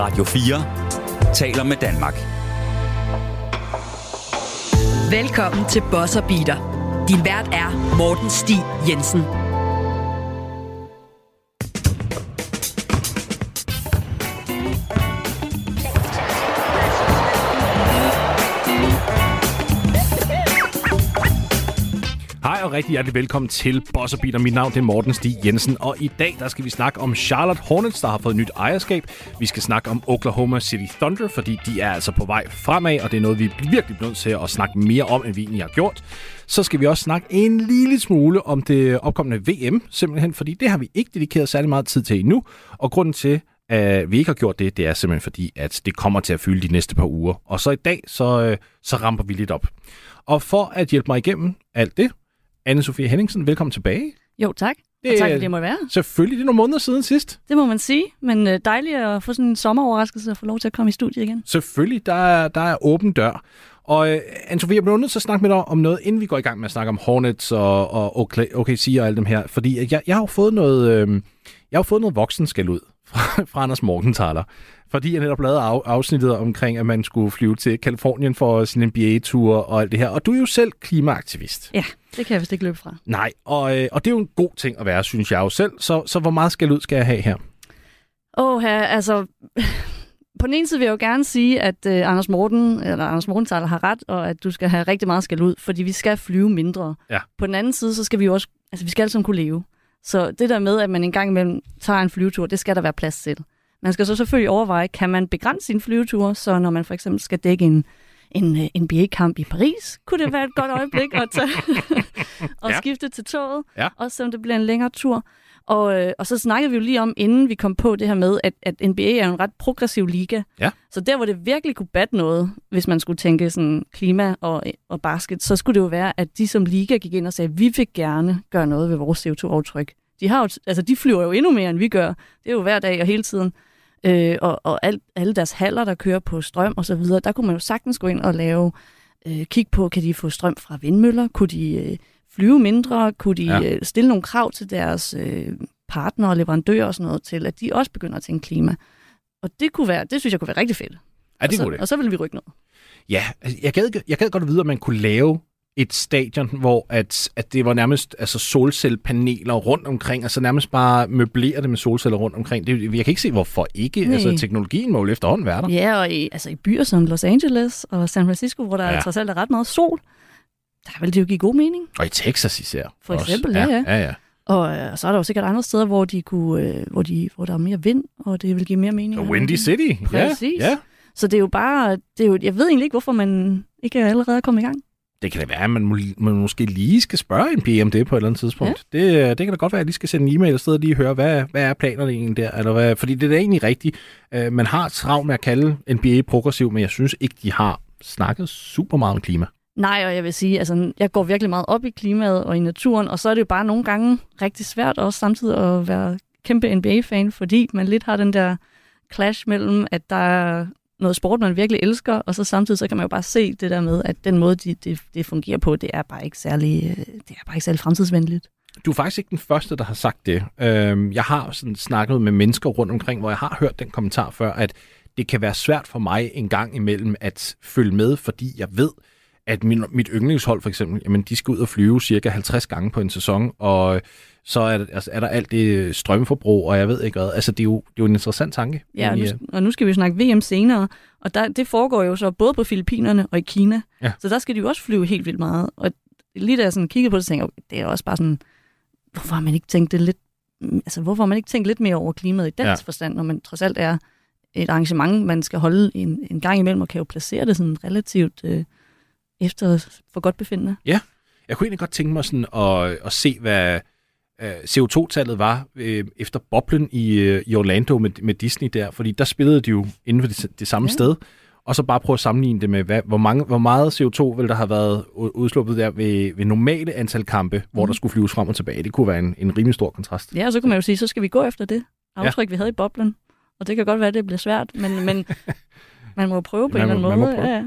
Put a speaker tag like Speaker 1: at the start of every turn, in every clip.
Speaker 1: Radio 4 taler med Danmark.
Speaker 2: Velkommen til Buzzer Beater. Din vært er Morten Stig Jensen.
Speaker 3: Hej og rigtig hjertelig velkommen til Buzzer Beater. Mit navn er Morten Stig Jensen, og i dag der skal vi snakke om Charlotte Hornets, der har fået nyt ejerskab. Vi skal snakke om Oklahoma City Thunder, fordi de er altså på vej fremad, og det er noget, vi er virkelig nødt til at snakke mere om, end vi egentlig har gjort. Så skal vi også snakke en lille smule om det opkommende VM, simpelthen fordi det har vi ikke dedikeret særlig meget tid til endnu. Og grunden til, at vi ikke har gjort det, det er simpelthen fordi, at det kommer til at fylde de næste par uger. Og så i dag, så ramper vi lidt op. Og for at hjælpe mig igennem alt det, Anne-Sophie Henningsen, velkommen tilbage.
Speaker 4: Jo, tak. Og tak, fordi det må være.
Speaker 3: Selvfølgelig, det er nogle måneder siden sidst.
Speaker 4: Det må man sige, men dejligt at få sådan en sommeroverraskelse og få lov til at komme i studiet igen.
Speaker 3: Selvfølgelig, der er åben dør. Og Anne-Sophie, jeg bliver nødt til at snakke med dig om noget, inden vi går i gang med at snakke om Hornets og OKC og alt dem her. Fordi jeg har jo fået noget voksenskæld ud fra Anders Morgenthaler. Fordi jeg netop lavede afsnittet omkring, at man skulle flyve til Californien for sin NBA-tur og alt det her. Og du er jo selv klimaaktivist.
Speaker 4: Ja, det kan jeg vist ikke løbe fra.
Speaker 3: Nej, og det er jo en god ting at være, synes jeg jo selv. Så hvor meget skæld ud skal jeg have her?
Speaker 4: Altså... På den ene side vil jeg jo gerne sige, at Anders Morgenthaler har ret, og at du skal have rigtig meget skæld ud, fordi vi skal flyve mindre. Ja. På den anden side, så skal vi jo også... Altså, vi skal alle sammen kunne leve. Så det der med, at man en gang imellem tager en flyvetur, det skal der være plads til. Man skal så selvfølgelig overveje, kan man begrænse sin flyvetur, så når man for eksempel skal dække en NBA-kamp i Paris, kunne det være et godt øjeblik at tage og skifte til toget, også selvom det bliver en længere tur. Og så snakkede vi jo lige om, inden vi kom på det her med, at NBA er en ret progressiv liga. Ja. Så der, hvor det virkelig kunne batte noget, hvis man skulle tænke sådan klima og basket, så skulle det jo være, at de som liga gik ind og sagde, at vi vil gerne gøre noget ved vores CO2-aftryk. De flyver jo endnu mere, end vi gør. Det er jo hver dag og hele tiden. Og alle deres haller, der kører på strøm og så videre, der kunne man jo sagtens gå ind og kigge på, kan de få strøm fra vindmøller? Kunne de flyve mindre? Kunne de stille nogle krav til deres partnere og leverandører og sådan noget til, at de også begynder at tænke klima? Og det synes jeg kunne være rigtig fedt.
Speaker 3: Ja, det kunne det.
Speaker 4: Og så ville vi rykke noget.
Speaker 3: Ja, jeg gad godt vide, at man kunne lave et stadion, hvor at det var nærmest solcellepaneler rundt omkring, altså nærmest bare møblere det med solceller rundt omkring. Jeg kan ikke se, hvorfor ikke. Nej. Altså, teknologien må jo efterhånden være der.
Speaker 4: Ja, og i byer som Los Angeles og San Francisco, hvor der trods alt er ret meget sol, der vil det jo give god mening.
Speaker 3: Og i Texas især.
Speaker 4: For eksempel, ja. Og så er der jo sikkert andre steder, hvor der er mere vind, og det vil give mere mening.
Speaker 3: Og Windy City.
Speaker 4: Præcis.
Speaker 3: Ja.
Speaker 4: Så det er jo bare, jeg ved egentlig ikke, hvorfor man ikke allerede er kommet i gang.
Speaker 3: Det kan da være, at man måske lige skal spørge NBA om det på et eller andet tidspunkt. Ja. Det kan da godt være, at de skal sende en e-mail og lige høre, hvad er planerne egentlig der? Eller fordi det er da egentlig rigtigt. Man har travlt med at kalde NBA progressiv, men jeg synes ikke, de har snakket super meget om klima.
Speaker 4: Nej, og jeg vil sige, jeg går virkelig meget op i klimaet og i naturen, og så er det jo bare nogle gange rigtig svært også samtidig at være kæmpe NBA-fan, fordi man lidt har den der clash mellem, at der er noget sport, man virkelig elsker, og så samtidig så kan man jo bare se det der med, at den måde, det fungerer på, det er bare ikke særlig fremtidsvenligt. Du
Speaker 3: er faktisk ikke den første, der har sagt det. Jeg har sådan snakket med mennesker rundt omkring, hvor jeg har hørt den kommentar før, at det kan være svært for mig en gang imellem at følge med, fordi jeg ved, at mit yndlingshold for eksempel, jamen, de skal ud og flyve cirka 50 gange på en sæson, og så er der alt det strømforbrug, og jeg ved ikke hvad. Altså, det er jo en interessant tanke.
Speaker 4: Ja, og nu skal vi snakke VM senere, og det foregår jo så både på Filippinerne og i Kina. Ja. Så der skal de jo også flyve helt vildt meget. Og lige da jeg sådan kiggede på det, tænkte jeg, det er også bare sådan, hvorfor har man ikke tænkt lidt mere over klimaet i den forstand, når man trods alt er et arrangement, man skal holde en gang imellem, og kan jo placere det sådan relativt efter for godt befindende.
Speaker 3: Ja, jeg kunne egentlig godt tænke mig sådan at se, hvad CO2-tallet var efter boblen i Orlando med Disney der, fordi der spillede de jo inden for det samme sted, og så bare prøve at sammenligne det med, hvor meget CO2 ville der have været udsluppet der ved normale antal kampe, hvor der skulle flyves frem og tilbage. Det kunne være en rimelig stor kontrast.
Speaker 4: Ja, og så kunne man jo sige, så skal vi gå efter det aftryk, vi havde i boblen. Og det kan godt være, at det bliver svært, men man må prøve på en eller anden måde. Ja.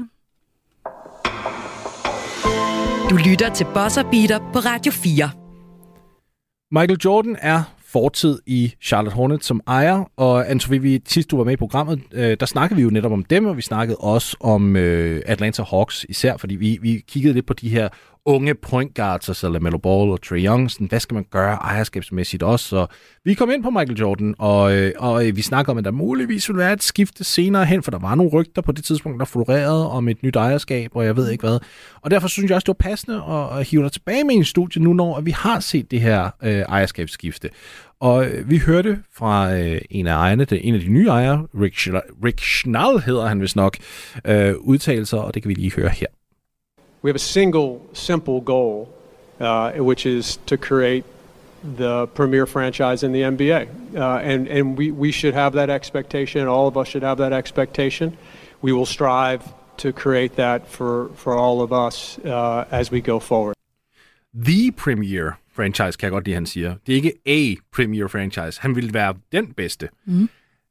Speaker 2: Du lytter til Buzzer Beater på Radio 4.
Speaker 3: Michael Jordan er fortid i Charlotte Hornets som ejer, og Anne-Sophie, sidst du var med i programmet, der snakkede vi jo netop om dem, og vi snakkede også om Atlanta Hawks især, fordi vi kiggede lidt på de her unge point guards, altså LaMelo Ball og Trae Young, sådan, hvad skal man gøre ejerskabsmæssigt også, så vi kom ind på Michael Jordan, og vi snakker om, at der muligvis ville være et skifte senere hen, for der var nogle rygter på det tidspunkt, der florerede om et nyt ejerskab, og jeg ved ikke hvad. Og derfor synes jeg også, det var passende at hive dig tilbage med en studie nu, når vi har set det her ejerskabsskifte. Og vi hørte fra en af ejerne, en af de nye ejere, Rick Schnall hedder han vist nok, udtalelser, og det kan vi lige høre her.
Speaker 5: We have a single, simple goal, which is to create the premier franchise in the NBA. And we should have that expectation. All of us should have that expectation. We will strive to create that for all of us as we go forward.
Speaker 3: The premier franchise, kan jeg godt lide, han siger. Det er ikke a premier franchise. Han vil være den bedste. Mm.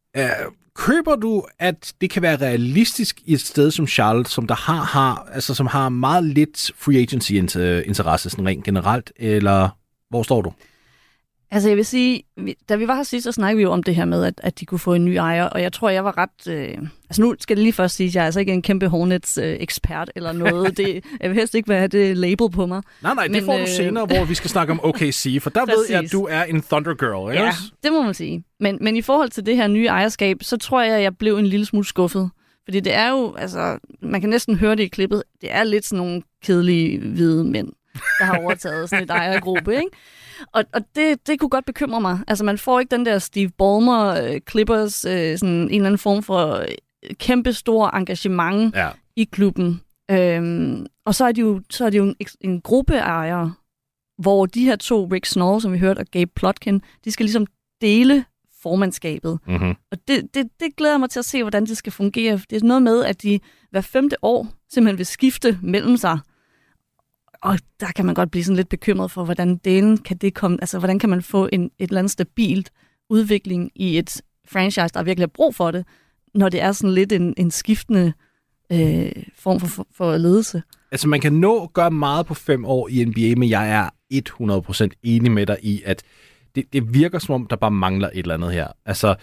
Speaker 3: Køber du, at det kan være realistisk i et sted som Charlotte, som der som har meget lidt free agency interesse sådan rent generelt, eller hvor står du?
Speaker 4: Altså jeg vil sige, da vi var her sidst, så snakkede vi jo om det her med, at de kunne få en ny ejer, og jeg tror, jeg var ret... altså nu skal det lige først sige, at jeg er altså ikke en kæmpe Hornets-ekspert eller noget. Jeg vil helst ikke have det label på mig.
Speaker 3: Nej, det får du senere, hvor vi skal snakke om OKC, for der ved jeg, at du er en Thunder Girl, ikke?
Speaker 4: Ja, det må man sige. Men i forhold til det her nye ejerskab, så tror jeg blev en lille smule skuffet. Fordi det er jo, altså, man kan næsten høre det i klippet, det er lidt sådan nogle kedelige hvide mænd, der har overtaget sådan et ejergruppe, ikke? Og det kunne godt bekymre mig. Altså, man får ikke den der Steve Ballmer, Clippers, sådan en eller anden form for kæmpe stor engagement i klubben. Og så er det jo en gruppe ejere, hvor de her to, Rick Schnall, som vi hørte, og Gabe Plotkin, de skal ligesom dele formandskabet. Mm-hmm. Og det glæder mig til at se, hvordan det skal fungere. Det er noget med, at de hver 5. år simpelthen vil skifte mellem sig. Og der kan man godt blive sådan lidt bekymret for, hvordan delen kan det komme, altså hvordan kan man få et eller andet stabilt udvikling i et franchise, der virkelig har brug for det, når det er sådan lidt en skiftende form for ledelse. Altså
Speaker 3: man kan nå at gøre meget på 5 år i NBA, men jeg er 100% enig med dig i, at det virker som om, der bare mangler et eller andet her. Altså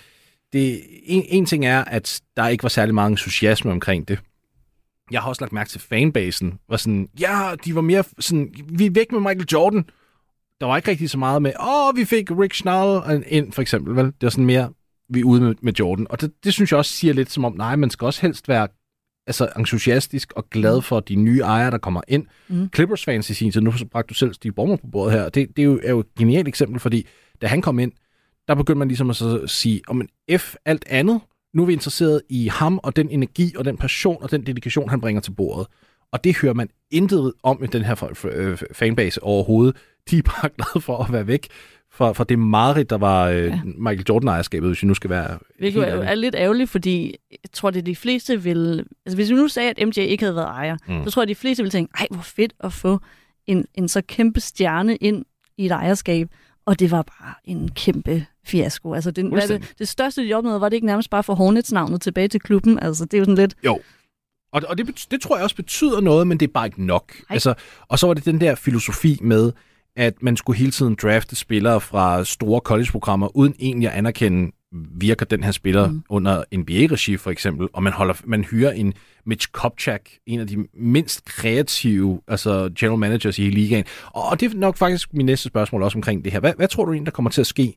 Speaker 3: en ting er, at der ikke var særlig meget entusiasme omkring det. Jeg har også lagt mærke til fanbasen, var sådan, ja, de var mere sådan, vi er væk med Michael Jordan. Der var ikke rigtig så meget med, vi fik Rick Schnall ind, for eksempel, vel? Det var sådan mere, vi er ude med Jordan. Og det synes jeg også siger lidt som om, nej, man skal også helst være entusiastisk og glad for de nye ejere, der kommer ind. Mm. Clippers fans i sin tid, nu bragte du selv Steve Ballmer på bordet her, det er jo et genialt eksempel, fordi da han kom ind, der begyndte man ligesom at sige, alt andet, nu er vi interesseret i ham og den energi og den passion og den dedikation, han bringer til bordet. Og det hører man intet om i den her fanbase overhovedet. De er bare glade for at være væk fra det mareridt, der var Michael Jordan-ejerskabet, hvis vi nu skal være... Det
Speaker 4: er lidt ærgerligt, fordi jeg tror, det de fleste vil... Altså hvis vi nu sagde, at MJ ikke havde været ejer, så tror jeg, de fleste ville tænke, ej, hvor fedt at få en så kæmpe stjerne ind i et ejerskab. Og det var bare en kæmpe fiasko. Altså, det største, de opnåede, var det ikke nærmest bare for Hornets-navnet tilbage til klubben? Altså, det er jo sådan lidt...
Speaker 3: Jo. Og det tror jeg også betyder noget, men det er bare ikke nok. Altså, og så var det den der filosofi med, at man skulle hele tiden drafte spillere fra store college-programmer, uden egentlig at anerkende, virker den her spiller under NBA-regi for eksempel, og man hyrer en Mitch Kupchak, en af de mindst kreative general managers i ligaen. Og det er nok faktisk min næste spørgsmål også omkring det her. Hvad tror du egentlig, der kommer til at ske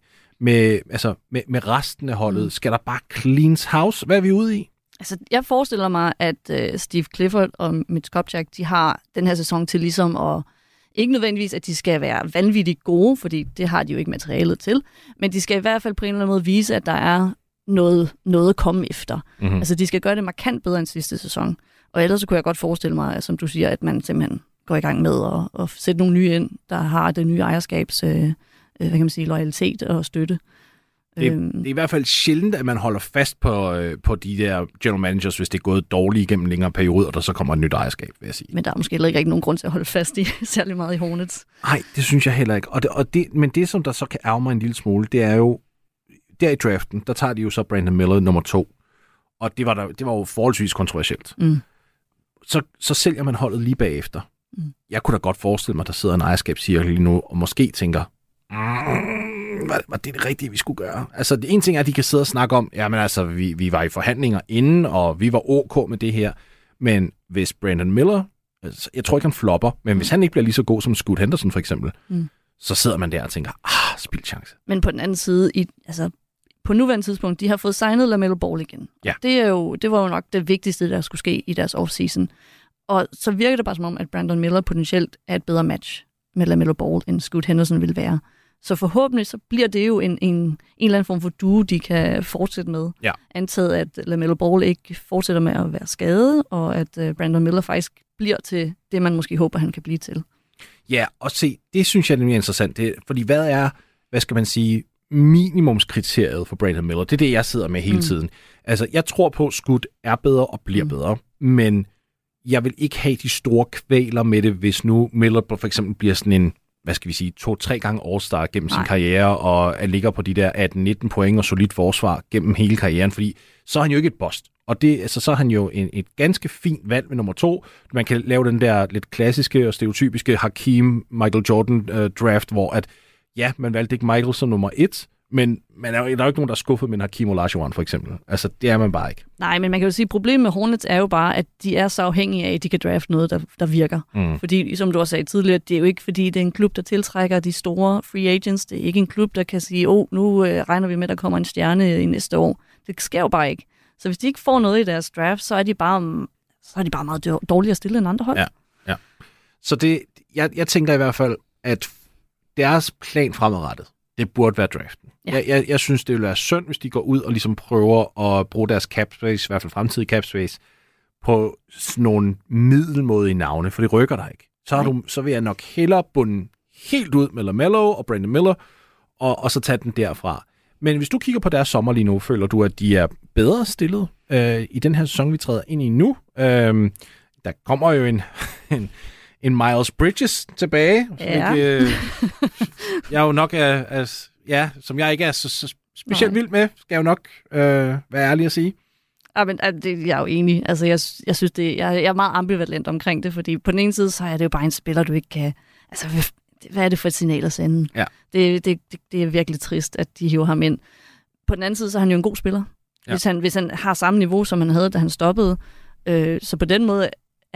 Speaker 3: med resten af holdet? Skal der bare cleans house? Hvad er vi ude i?
Speaker 4: Altså, jeg forestiller mig, at Steve Clifford og Mitch Kupchak, de har den her sæson til ligesom at ikke nødvendigvis, at de skal være vanvittigt gode, fordi det har de jo ikke materialet til, men de skal i hvert fald på en eller anden måde vise, at der er noget at komme efter. Mm-hmm. Altså, de skal gøre det markant bedre end sidste sæson. Og ellers så kunne jeg godt forestille mig, som du siger, at man simpelthen går i gang med at sætte nogle nye ind, der har det nye ejerskabs loyalitet og støtte.
Speaker 3: Det er i hvert fald sjældent, at man holder fast på de der general managers, hvis det er gået dårligt igennem længere perioder, og der så kommer et nyt ejerskab, vil jeg sige.
Speaker 4: Men der er måske heller ikke nogen grund til at holde fast i særlig meget i Hornets.
Speaker 3: Nej, det synes jeg heller ikke. Men det, som der så kan ærge mig en lille smule, det er jo, der i draften, der tager de jo så Brandon Miller nummer 2. Og det var jo forholdsvis kontroversielt. Mm. Så sælger man holdet lige bagefter. Mm. Jeg kunne da godt forestille mig, der sidder en ejerskabscirkel lige nu, og måske tænker, var det rigtige, vi skulle gøre? Altså, det ene ting er, at de kan sidde og snakke om, jamen altså, vi var i forhandlinger inden, og vi var ok med det her. Men hvis Brandon Miller, altså, jeg tror ikke, han flopper, men hvis han ikke bliver lige så god som Scoot Henderson for eksempel, så sidder man der og tænker, spild chance.
Speaker 4: Men på den anden side, på nuværende tidspunkt, de har fået signet LaMelo Ball igen.
Speaker 3: Ja.
Speaker 4: Det var jo nok det vigtigste, der skulle ske i deres offseason. Og så virker det bare som om, at Brandon Miller potentielt er et bedre match med LaMelo Ball, end Scoot Henderson vil være. Så forhåbentlig så bliver det jo en eller anden form for duo, de kan fortsætte med. Ja. Antaget, at LaMelo Ball ikke fortsætter med at være skadet, og at Brandon Miller faktisk bliver til det, man måske håber, han kan blive til.
Speaker 3: Ja, og se, det synes jeg er mere interessant. Fordi hvad skal man sige, minimumskriteriet for Brandon Miller? Det er det, jeg sidder med hele tiden. Altså, jeg tror på, at Scoot er bedre og bliver bedre, men jeg vil ikke have de store kvaler med det, hvis nu Miller for eksempel bliver sådan en, 2-3 gange All-Star gennem sin karriere, og ligger på de der 18-19 point og solidt forsvar gennem hele karrieren, fordi så er han jo ikke et bust. Og så er han jo et ganske fint valg med nummer 2. Man kan lave den der lidt klassiske og stereotypiske Hakeem, Michael Jordan draft, hvor man valgte ikke Michael som nummer 1, men der er jo ikke nogen, der er skuffet med en Hakeem Olajuwon for eksempel. Altså, det er man bare ikke.
Speaker 4: Nej, men man kan jo sige, at problemet med Hornets er jo bare, at de er så afhængige af, at de kan drafte noget, der virker. Fordi, som du også sagde tidligere, det er jo ikke, fordi det er en klub, der tiltrækker de store free agents. Det er ikke en klub, der kan sige, nu regner vi med, at der kommer en stjerne i næste år. Det sker jo bare ikke. Så hvis de ikke får noget i deres draft, så er de bare meget dårligere stillet end andre hold.
Speaker 3: Ja. Så jeg tænker i hvert fald, at deres plan fremadrettet, det burde være draften. Ja. Jeg synes, det ville være synd, hvis de går ud og ligesom prøver at bruge deres cap space, i hvert fald fremtidige cap space, på sådan nogle middelmådige navne, for det rykker der ikke. Så vil jeg nok hellere bunde helt ud med LaMelo og Brandon Miller, og så tage den derfra. Men hvis du kigger på deres sommer lige nu, føler du, at de er bedre stillet i den her sæson, vi træder ind i nu? Der kommer jo en Miles Bridges tilbage.
Speaker 4: Ja.
Speaker 3: Jeg er jo nok som jeg ikke er så specielt vild med, skal jeg jo nok være ærlig at sige.
Speaker 4: Ja, men jeg er jo enig. Altså, jeg synes, jeg er meget ambivalent omkring det, fordi på den ene side, så er det jo bare en spiller, du ikke kan... Altså, hvad er det for et signal at sende? Ja. Det er virkelig trist, at de hiver ham ind. På den anden side, så er han jo en god spiller. Ja. Hvis han har samme niveau, som han havde, da han stoppede. Så på den måde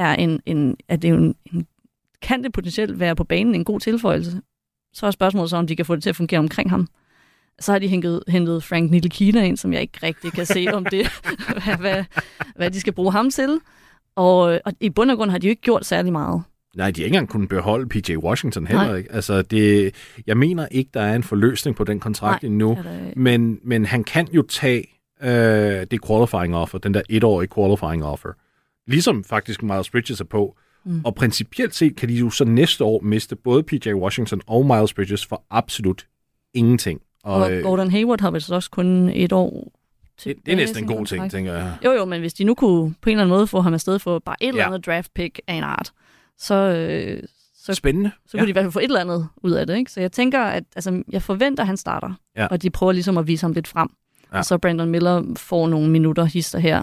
Speaker 4: kan det potentielt være på banen en god tilføjelse. Så er spørgsmålet så, om de kan få det til at fungere omkring ham. Så har de hentet Frank Ntilikina ind, som jeg ikke rigtig kan se om det, hvad de skal bruge ham til. Og i bund og grund har de jo ikke gjort særlig meget.
Speaker 3: Nej, de har ikke engang kunnet beholde P.J. Washington heller ikke. Altså, jeg mener ikke, der er en forløsning på den kontrakt endnu, men han kan jo tage det qualifying offer, den der 1-årige qualifying offer. Ligesom faktisk Miles Bridges er på. Og principielt set kan de jo så næste år miste både P.J. Washington og Miles Bridges for absolut ingenting.
Speaker 4: Og Gordon Hayward har vel så også kun 1 år tilbage.
Speaker 3: Det er næsten en god ting, tænker jeg.
Speaker 4: Jo, men hvis de nu kunne på en eller anden måde få ham afsted for bare et eller andet draft pick af en art, så
Speaker 3: spændende.
Speaker 4: Så kunne de i hvert fald få et eller andet ud af det, ikke? Så jeg tænker, at jeg forventer, at han starter, og de prøver ligesom at vise ham lidt frem. Ja. Og så Brandon Miller får nogle minutter hister her,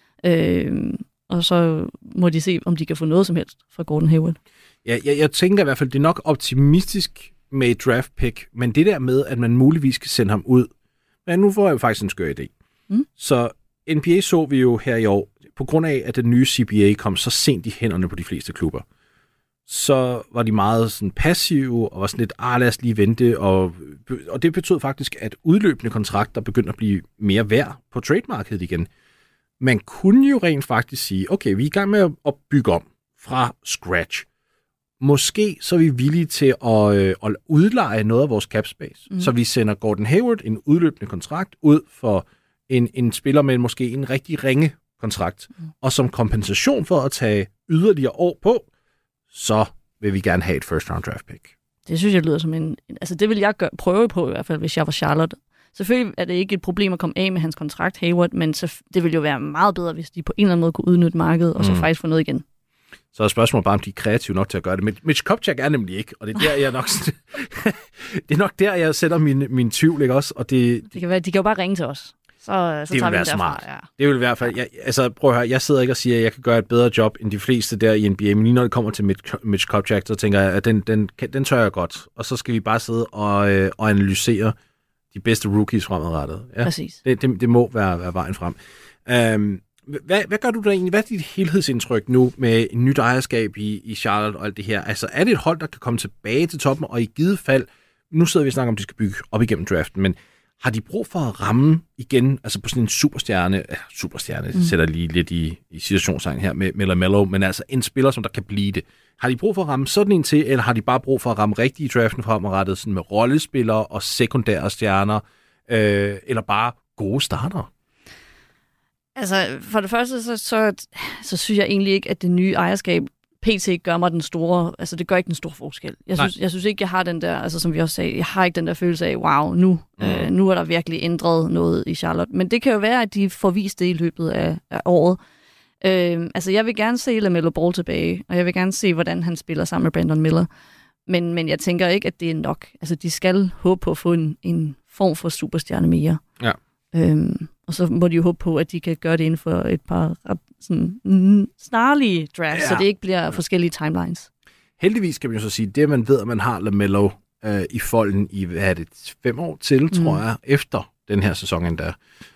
Speaker 4: og så må de se, om de kan få noget som helst fra Gordon Hayward.
Speaker 3: Ja, jeg tænker i hvert fald, det er nok optimistisk med et draft pick, men det der med, at man muligvis kan sende ham ud, men nu får jeg jo faktisk en skør idé. Så NBA så vi jo her i år, på grund af, at den nye CBA kom så sent i hænderne på de fleste klubber, så var de meget sådan passive, og var sådan lidt, lad os lige vente, og det betød faktisk, at udløbende kontrakter begyndte at blive mere værd på trademarkedet igen. Man kunne jo rent faktisk sige, okay, vi er i gang med at bygge om fra scratch. Måske så er vi villige til at udleje noget af vores cap space, så vi sender Gordon Hayward en udløbende kontrakt ud for en spiller med måske en rigtig ringe kontrakt, og som kompensation for at tage yderligere år på, så vil vi gerne have et first round draft pick.
Speaker 4: Det synes jeg lyder som altså det vil jeg prøve på i hvert fald, hvis jeg var Charlotte. Selvfølgelig er det ikke et problem at komme af med hans kontrakt, Hayward, men det ville jo være meget bedre, hvis de på en eller anden måde kunne udnytte markedet, og så faktisk få noget igen. Så
Speaker 3: er spørgsmålet bare, om de er kreative nok til at gøre det. Men Mitch Kupchak er nemlig ikke, og det er der, jeg nok... det er nok der, jeg sætter min tvivl, ikke også? Og
Speaker 4: det kan være, de kan jo bare ringe til os. så tager vi den derfra. Ja.
Speaker 3: Det vil i hvert fald... prøv at høre, jeg sidder ikke og siger, at jeg kan gøre et bedre job end de fleste der i NBA, men lige når det kommer til Mitch Kupchak, så tænker jeg, at den tør jeg godt. Og så skal vi bare sidde og analysere de bedste rookies fremadrettet. Ja,
Speaker 4: præcis.
Speaker 3: Det må være vejen frem. Hvad gør du der egentlig? Hvad er dit helhedsindtryk nu med et nyt ejerskab i Charlotte og alt det her? Altså, er det et hold, der kan komme tilbage til toppen, og i givet fald, nu sidder vi og snakker om, at de skal bygge op igennem draften, men har de brug for at ramme igen, altså på sådan en superstjerne, sætter lige lidt i situationstegn her med LaMelo, men altså en spiller, som der kan blive det. Har de brug for at ramme sådan en til, eller har de bare brug for at ramme rigtige draften fremadrettet, sådan med rollespillere og sekundære stjerner, eller bare gode starter?
Speaker 4: Altså, for det første, så synes jeg egentlig ikke, at det nye ejerskab PT gør mig den store, altså det gør ikke den store forskel. Jeg synes ikke, jeg har den der, altså som vi også sagde, jeg har ikke den der følelse af, wow, nu er der virkelig ændret noget i Charlotte. Men det kan jo være, at de får vist det i løbet af året. Altså jeg vil gerne se LaMelo Ball tilbage, og jeg vil gerne se, hvordan han spiller sammen med Brandon Miller. Men jeg tænker ikke, at det er nok. Altså de skal håbe på at få en form for superstjerne mere.
Speaker 3: Ja.
Speaker 4: Og så må de jo håbe på, at de kan gøre det inden for et par sådan snarlige drafts, så det ikke bliver forskellige timelines.
Speaker 3: Heldigvis kan man jo så sige, det man ved, at man har LaMelo i folden i, 5 år til, tror jeg, efter den her sæson endda.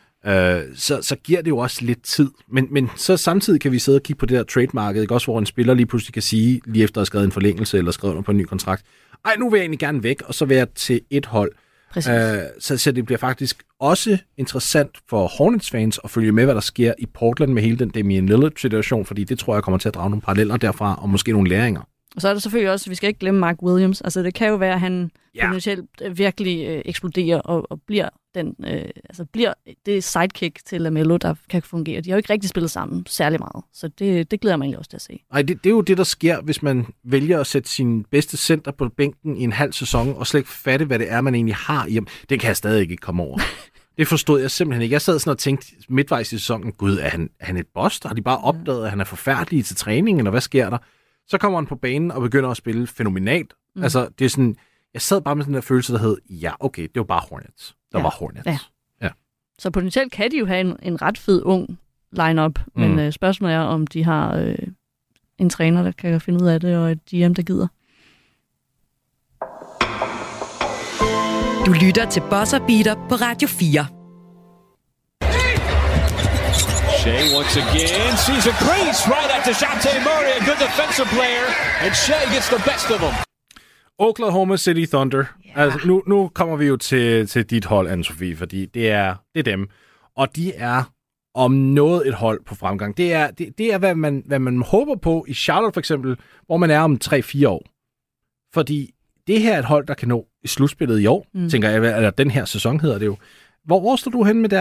Speaker 3: Så giver det jo også lidt tid. Men så samtidig kan vi sidde og kigge på det der trade-marked, ikke? Også hvor en spiller lige pludselig kan sige, lige efter at have skrevet en forlængelse eller skrevet noget på en ny kontrakt, nu vil jeg egentlig gerne væk, og så vil jeg til et hold. Så det bliver faktisk også interessant for Hornets-fans at følge med, hvad der sker i Portland med hele den Damian Lillard-situation, fordi det tror jeg kommer til at drage nogle paralleller derfra, og måske nogle læringer. Og
Speaker 4: så er der selvfølgelig også, vi skal ikke glemme Mark Williams. Altså det kan jo være, at han potentielt virkelig eksploderer og bliver bliver det sidekick til LaMelo, der kan fungere. De har jo ikke rigtig spillet sammen særlig meget, så det glæder mig egentlig også til at se.
Speaker 3: Nej, det er jo det, der sker, hvis man vælger at sætte sin bedste center på bænken i en halv sæson, og slet ikke fatte, hvad det er, man egentlig har i ham. Det kan jeg stadig ikke komme over. Det forstod jeg simpelthen ikke. Jeg sad sådan og tænkte midtvejs i sæsonen, gud, er han et boss? Har de bare opdaget, at han er forfærdelig til træning, eller hvad sker der? Så kommer han på banen og begynder at spille fænomenalt. Altså, det er sådan, jeg sad bare med sådan en følelse, der hed, okay, det var bare Hornets. Der var Hornets. Ja.
Speaker 4: Så potentielt kan de jo have en ret fed ung line-up, men spørgsmålet er, om de har en træner, der kan finde ud af det, og et GM, der gider.
Speaker 2: Du lytter til Buzzer Beater på Radio 4.
Speaker 6: Shea once again sees a crease right at DeJounte Murray, a good defensive player, and Shea gets the best of them.
Speaker 3: Oklahoma City Thunder. Yeah. Altså, nu kommer vi jo til dit hold, Anne-Sophie, fordi det er dem. Og de er om noget et hold på fremgang. Det er hvad man håber på i Charlotte for eksempel, hvor man er om 3-4 år. Fordi det her er et hold, der kan nå i slutspillet i år, tænker jeg, eller den her sæson hedder det jo. Hvor står du hen med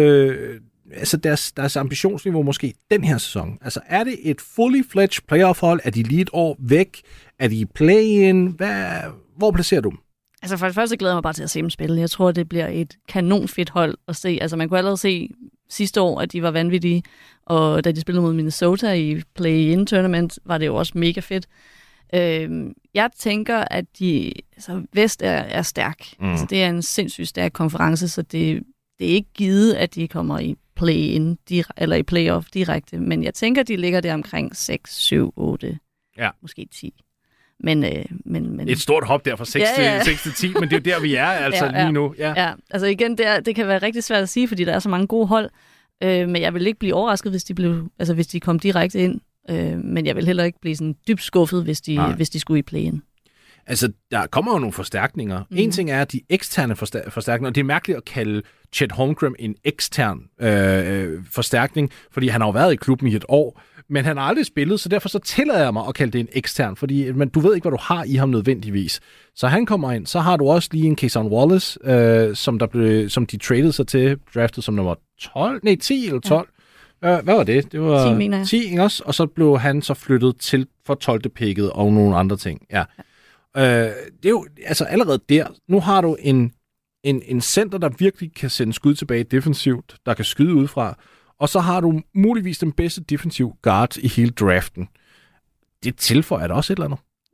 Speaker 3: deres ambitionsniveau måske den her sæson? Altså, er det et fully fledged playoff-hold? Er de lige et år væk? Er de i play-in? Hvor placerer du dem?
Speaker 4: Altså, for det første glæder jeg mig bare til at se dem spille. Jeg tror, det bliver et kanonfedt hold at se. Altså, man kunne allerede se sidste år, at de var vanvittige. Og da de spillede mod Minnesota i play-in tournament, var det jo også mega fedt. Jeg tænker, at Vest er stærk. Altså, det er en sindssygt stærk konference, så det er ikke givet, at de kommer i play-in eller i playoff direkte, men jeg tænker, de ligger der omkring 6, 7, 8, måske 10. Men
Speaker 3: et stort hop der fra 6 til 10, men det er jo der, vi er lige nu.
Speaker 4: Ja, altså igen, det kan være rigtig svært at sige, fordi der er så mange gode hold, men jeg vil ikke blive overrasket, hvis de kom direkte ind, men jeg vil heller ikke blive sådan dybt skuffet, hvis de skulle i play-in.
Speaker 3: Altså, der kommer jo nogle forstærkninger. En ting er de eksterne forstærkninger, og det er mærkeligt at kalde Chet Holmgren en ekstern forstærkning, fordi han har jo været i klubben i et år, men han har aldrig spillet, så derfor så tillader jeg mig at kalde det en ekstern, fordi du ved ikke, hvad du har i ham nødvendigvis. Så han kommer ind, så har du også lige en Cason Wallace, som de traded sig til, draftet som nummer 10 eller 12. Hvad var det? Det var
Speaker 4: 10, mener jeg.
Speaker 3: 10, ikke også? Og så blev han så flyttet til for 12. picket og nogle andre ting. Ja. Det er jo altså allerede der. Nu har du en center, der virkelig kan sende skud tilbage defensivt, der kan skyde udefra, og så har du muligvis den bedste defensiv guard i hele draften. Det tilføjer da også et eller andet.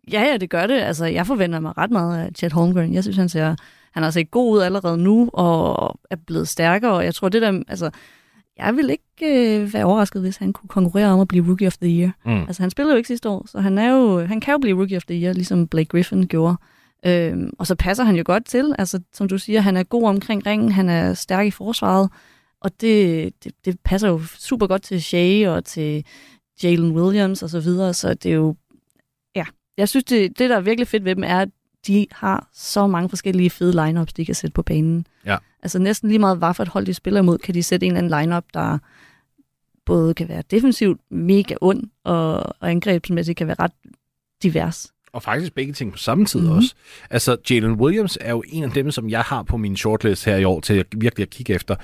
Speaker 4: Ja, det gør det. Altså, jeg forventer mig ret meget af Chet Holmgren. Jeg synes, han har set god ud allerede nu, og er blevet stærkere. Og jeg tror, jeg vil ikke være overrasket, hvis han kunne konkurrere om at blive Rookie of the Year. Altså, han spillede jo ikke sidste år, så han kan jo blive Rookie of the Year, ligesom Blake Griffin gjorde. Og så passer han jo godt til. Altså, som du siger, han er god omkring ringen, han er stærk i forsvaret, og det passer jo super godt til Shea og til Jalen Williams og så videre, så det er jo, ja, jeg synes, det der er virkelig fedt ved dem, er, at de har så mange forskellige fede lineups, de kan sætte på banen.
Speaker 3: Ja.
Speaker 4: Altså næsten lige meget, hvad for et hold de spiller imod, kan de sætte en eller anden lineup, der både kan være defensivt mega ond, og angrebsmæssigt kan være ret divers.
Speaker 3: Og faktisk begge ting på samme tid også. Altså, Jalen Williams er jo en af dem, som jeg har på min shortlist her i år, til virkelig at kigge efter.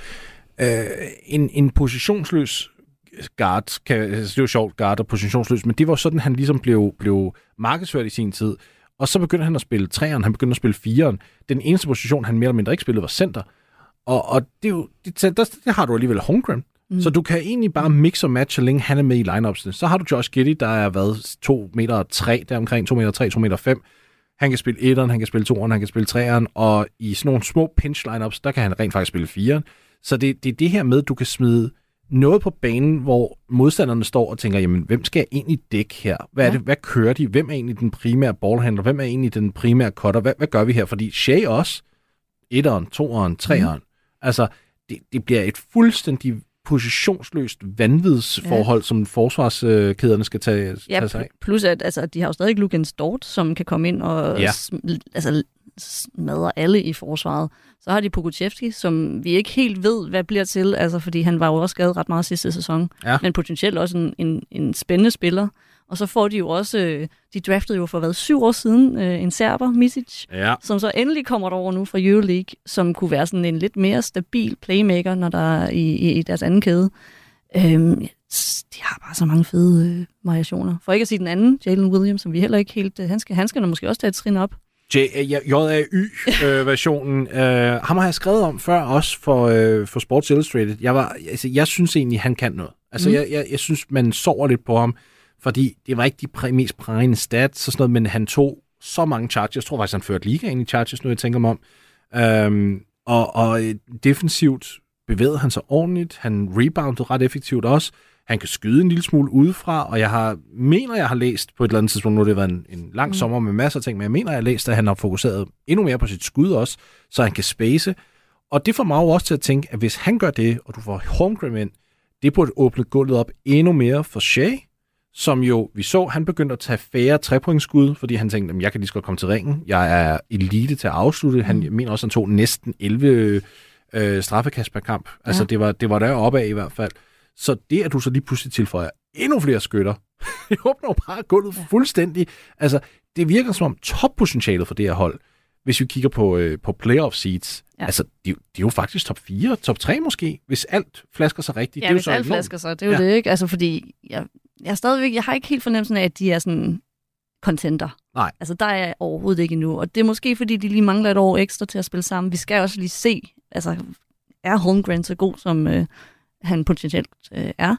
Speaker 3: En positionsløs guard, det er jo sjovt, guard og positionsløs, men det var sådan, han ligesom blev markedsført i sin tid. Og så begyndte han at spille 3'eren, han begyndte at spille 4'eren. Den eneste position, han mere eller mindre ikke spillede, var center. Og det er jo, det har du alligevel Holmgren. Så du kan egentlig bare mix og match, så længe han er med i lineupsene. Så har du Josh Giddey, der er været 2,3 meter, der omkring 2,3 meter, 2,5 meter. Han kan spille 1'eren, han kan spille 2'eren, han kan spille 3'eren, og i sådan nogle små pinch lineups, der kan han rent faktisk spille 4'eren. Så det er det her med, at du kan smide noget på banen, hvor modstanderne står og tænker, jamen, hvem skal jeg egentlig dække her? Hvad er det? Hvad kører de? Hvem er egentlig den primære ballhandler? Hvem er egentlig den primære cutter? Hvad gør vi her? Fordi Shea også, 1'eren, 2'eren, 3'eren. Altså, det bliver et fuldstændig positionsløst vanvidsforhold, som forsvarskæderne skal tage sig af.
Speaker 4: Plus at de har jo stadig Lugens Dort, som kan komme ind og smadre alle i forsvaret. Så har de Pokusevski, som vi ikke helt ved, hvad bliver til, altså fordi han var jo også skadet ret meget sidste sæson, men potentielt også en spændende spiller. Og så får de jo også, de draftede jo for 7 år siden, en serber, Misic, som så endelig kommer derover nu fra Euroleague, som kunne være sådan en lidt mere stabil playmaker, når der er i deres anden kæde. De har bare så mange fede variationer. For ikke at sige den anden, Jalen Williams, som vi heller ikke helt, han skal måske også tage et trin op.
Speaker 3: JAY-versionen. Ham har jeg skrevet om før, også for Sports Illustrated. Jeg synes egentlig, han kan noget. Altså, jeg synes, man sover lidt på ham, fordi det var ikke de mest prægende stats og sådan noget, men han tog så mange charges. Jeg tror faktisk, han førte ligaen i charges, nu jeg tænker mig om. Og defensivt bevægede han sig ordentligt. Han reboundede ret effektivt også. Han kan skyde en lille smule udefra, og jeg har læst på et eller andet tidspunkt, nu har det været en lang sommer med masser af ting, men jeg har læst, at han har fokuseret endnu mere på sit skud også, så han kan space. Og det får mig jo også til at tænke, at hvis han gør det, og du får Holmgren ind, det burde åbne gulvet op endnu mere for Shea, som jo, vi så, han begyndte at tage færre 3-pointsskud, fordi han tænkte, at jeg kan lige så godt komme til ringen. Jeg er elite til at afslutte. Jeg mener også, han tog næsten 11 straffekast per kamp. Altså, det var deroppe af i hvert fald. Så det, at du så lige pludselig tilføjer endnu flere skytter, det åbner jo bare gulvet fuldstændig. Altså, det virker som om toppotentialet for det her hold, hvis vi kigger på playoff seeds, altså, de er jo faktisk top 4, top 3 måske, hvis alt flasker sig rigtigt.
Speaker 4: Ja,
Speaker 3: det er
Speaker 4: hvis alt flasker sig, det er jo det, ikke? Altså, fordi jeg har ikke helt fornemmelsen af, at de er sådan contender.
Speaker 3: Nej.
Speaker 4: Altså, der er jeg overhovedet ikke endnu. Og det er måske, fordi de lige mangler et år ekstra til at spille sammen. Vi skal også lige se, altså, er Holmgren så god, som han potentielt er?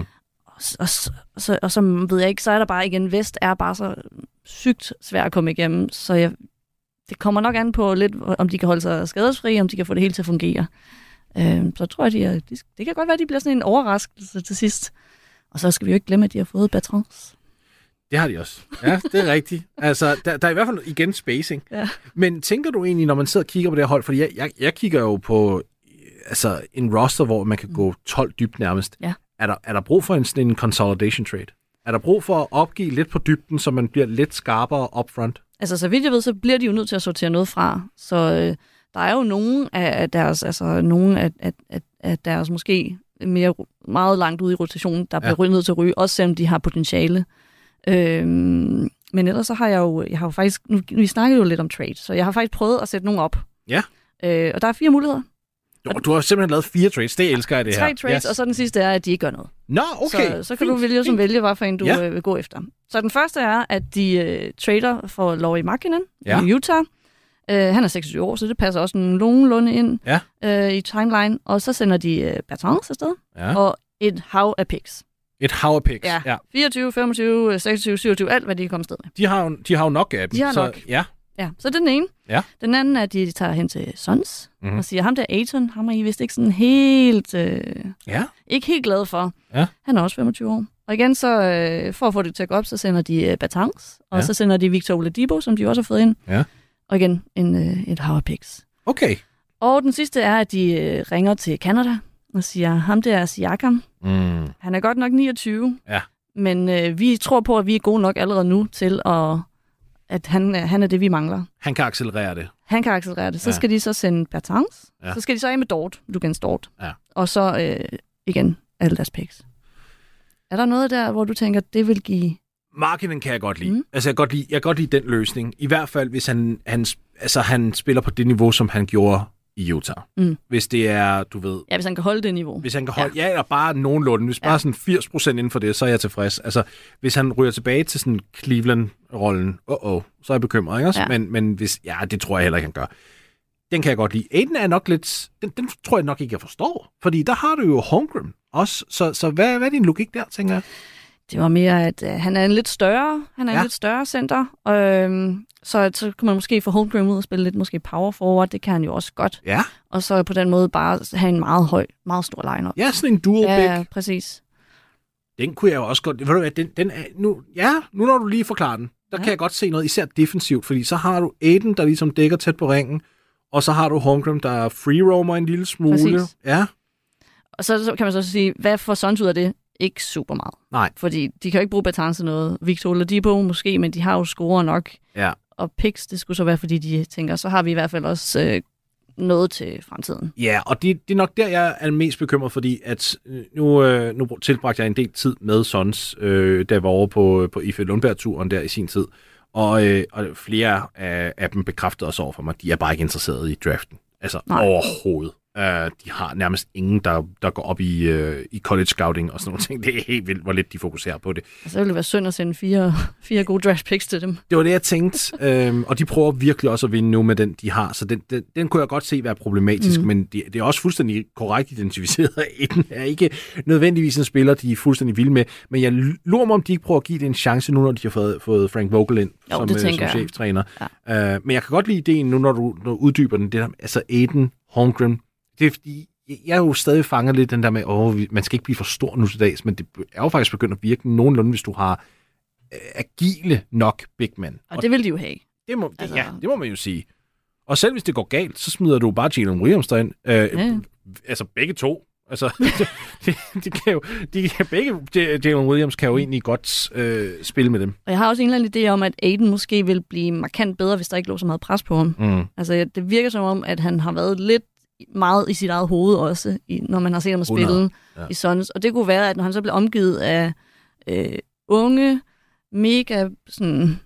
Speaker 4: Og så ved jeg ikke, så er der bare igen, Vest er bare så sygt svært at komme igennem, så det kommer nok an på lidt, om de kan holde sig skadesfri, om de kan få det hele til at fungere. Så tror jeg, det kan godt være, at de bliver sådan en overraskelse til sidst. Og så skal vi jo ikke glemme, at de har fået Bertrands.
Speaker 3: Det har de også. Ja, det er rigtigt. Altså, der er i hvert fald igen spacing. Ja. Men tænker du egentlig, når man sidder og kigger på det her hold, fordi jeg kigger jo på en roster, hvor man kan gå 12 dybt nærmest. Ja. Er der brug for en consolidation trade? Er der brug for at opgive lidt på dybden, så man bliver lidt skarpere upfront?
Speaker 4: Altså, så vidt jeg ved, så bliver de jo nødt til at sortere noget fra. Så der er jo nogle af deres, måske meget langt ude i rotationen, der bliver nødt til at ryge, også selvom de har potentiale. Men ellers så har jeg har jo faktisk, vi snakkede jo lidt om trade, så jeg har faktisk prøvet at sætte nogle op.
Speaker 3: Ja.
Speaker 4: Og der er 4 muligheder.
Speaker 3: Du har simpelthen lavet 4 trades, det elsker jeg det her.
Speaker 4: 3 trades, og så den sidste er, at de ikke gør noget.
Speaker 3: Nå, okay.
Speaker 4: Så kan du vælge, hvad for en du vil gå efter. Så den første er, at de trader for Lauri Markkanen i Utah. Han er 26 år, så det passer også nogenlunde ind i timeline. Og så sender de Bertrands afsted, og et hav af picks.
Speaker 3: Et hav af picks.
Speaker 4: Ja. 24, 25, 26, 27, alt hvad de kommer sted med.
Speaker 3: De har jo nok af dem.
Speaker 4: De har nok.
Speaker 3: Ja.
Speaker 4: Ja, så det er den ene.
Speaker 3: Ja.
Speaker 4: Den anden er, at de tager hen til Suns og siger, ham der Ayton, ham er I vist ikke sådan helt... ikke helt glad for.
Speaker 3: Ja.
Speaker 4: Han er også 25 år. Og igen, så for at få det til at gå op, så sender de Batans, og så sender de Victor Oladipo, som de også har fået ind.
Speaker 3: Ja.
Speaker 4: Og igen, et hav af picks.
Speaker 3: Okay.
Speaker 4: Og den sidste er, at de ringer til Canada og siger, ham der er Siakam. Han er godt nok 29, men vi tror på, at vi er gode nok allerede nu til, at han er det, vi mangler.
Speaker 3: Han kan accelerere det.
Speaker 4: Så skal de så sende Bertans. Ja. Så skal de så af med Dort, Lukas Dort.
Speaker 3: Ja.
Speaker 4: Og så igen alle deres picks. Er der noget der, hvor du tænker, det vil give...
Speaker 3: Markinen kan jeg godt lide. Altså, jeg kan godt lide den løsning. I hvert fald, hvis han spiller på det niveau, som han gjorde i Utah. Hvis det er, du ved...
Speaker 4: Ja, hvis han kan holde det niveau.
Speaker 3: Hvis han kan holde... Ja, eller bare nogenlunde. Hvis bare sådan 80% inden for det, så er jeg tilfreds. Altså, hvis han ryger tilbage til sådan Cleveland-rollen, så er jeg bekymret, ikke også? Ja. Men hvis... Ja, det tror jeg heller ikke, han gør. Den kan jeg godt lide. Aiden er nok lidt... Den tror jeg nok ikke, jeg forstår. Fordi der har du jo Holmgren også. Så hvad er din logik der, tænker jeg?
Speaker 4: Det var mere, at han er en lidt større. Han er en lidt større center. Så kan man måske få Holmgren ud og spille lidt måske power forward. Det kan han jo også godt.
Speaker 3: Ja.
Speaker 4: Og så på den måde bare have en meget stor lineup.
Speaker 3: Ja, sådan en dual big.
Speaker 4: Ja, præcis.
Speaker 3: Den kunne jeg jo også godt... Ved du hvad, den er... Nu når du lige forklarer den, der kan jeg godt se noget, især defensivt, fordi så har du Aiden, der ligesom dækker tæt på ringen, og så har du Holmgren, der free-roamer en lille smule.
Speaker 4: Præcis.
Speaker 3: Ja.
Speaker 4: Og så kan man så sige, hvad får Suns ud af det? Ikke super meget.
Speaker 3: Nej.
Speaker 4: Fordi de kan jo ikke bruge Bertans til noget. Victor Oladipo måske, men de har jo scorer nok.
Speaker 3: Ja.
Speaker 4: Og picks, det skulle så være, fordi de tænker, så har vi i hvert fald også noget til fremtiden.
Speaker 3: Ja, og det er nok der, jeg er mest bekymret, fordi at nu tilbragte jeg en del tid med Suns, da jeg var over på Ife Lundberg-turen der i sin tid. Og flere af dem bekræftede også over for mig, de er bare ikke interesserede i draften. Altså overhovedet. De har nærmest ingen, der går op i college scouting og sådan nogle ting. Det er helt vildt, hvor lidt de fokuserer på det.
Speaker 4: Så ville det være synd at sende fire gode draft picks til dem.
Speaker 3: Det var det, jeg tænkte. Og de prøver virkelig også at vinde nu med den, de har. Så den kunne jeg godt se være problematisk, men det er også fuldstændig korrekt identificeret. Den er ikke nødvendigvis en spiller, de er fuldstændig vilde med. Men jeg lurer mig, om de ikke prøver at give det en chance nu, når de har fået Frank Vogel ind som cheftræner. Ja. Men jeg kan godt lide ideen nu, når du uddyber den. Det der, altså Aiden, Holmgren. Det er fordi, jeg er jo stadig fanget lidt den der med, man skal ikke blive for stor nu til dags, men det er jo faktisk begyndt at virke nogenlunde, hvis du har agile nok big men.
Speaker 4: Og det vil de jo have.
Speaker 3: Det må man jo sige. Og selv hvis det går galt, så smider du bare Jalen Williams derind. Altså begge to. Altså, begge Jalen Williams kan jo egentlig godt spille med dem.
Speaker 4: Og jeg har også en eller anden idé om, at Aiden måske vil blive markant bedre, hvis der ikke lå så meget pres på ham. Altså, det virker som om, at han har været lidt meget i sit eget hoved også, når man har set ham spille i Suns. Og det kunne være, at når han så bliver omgivet af unge, mega sådan,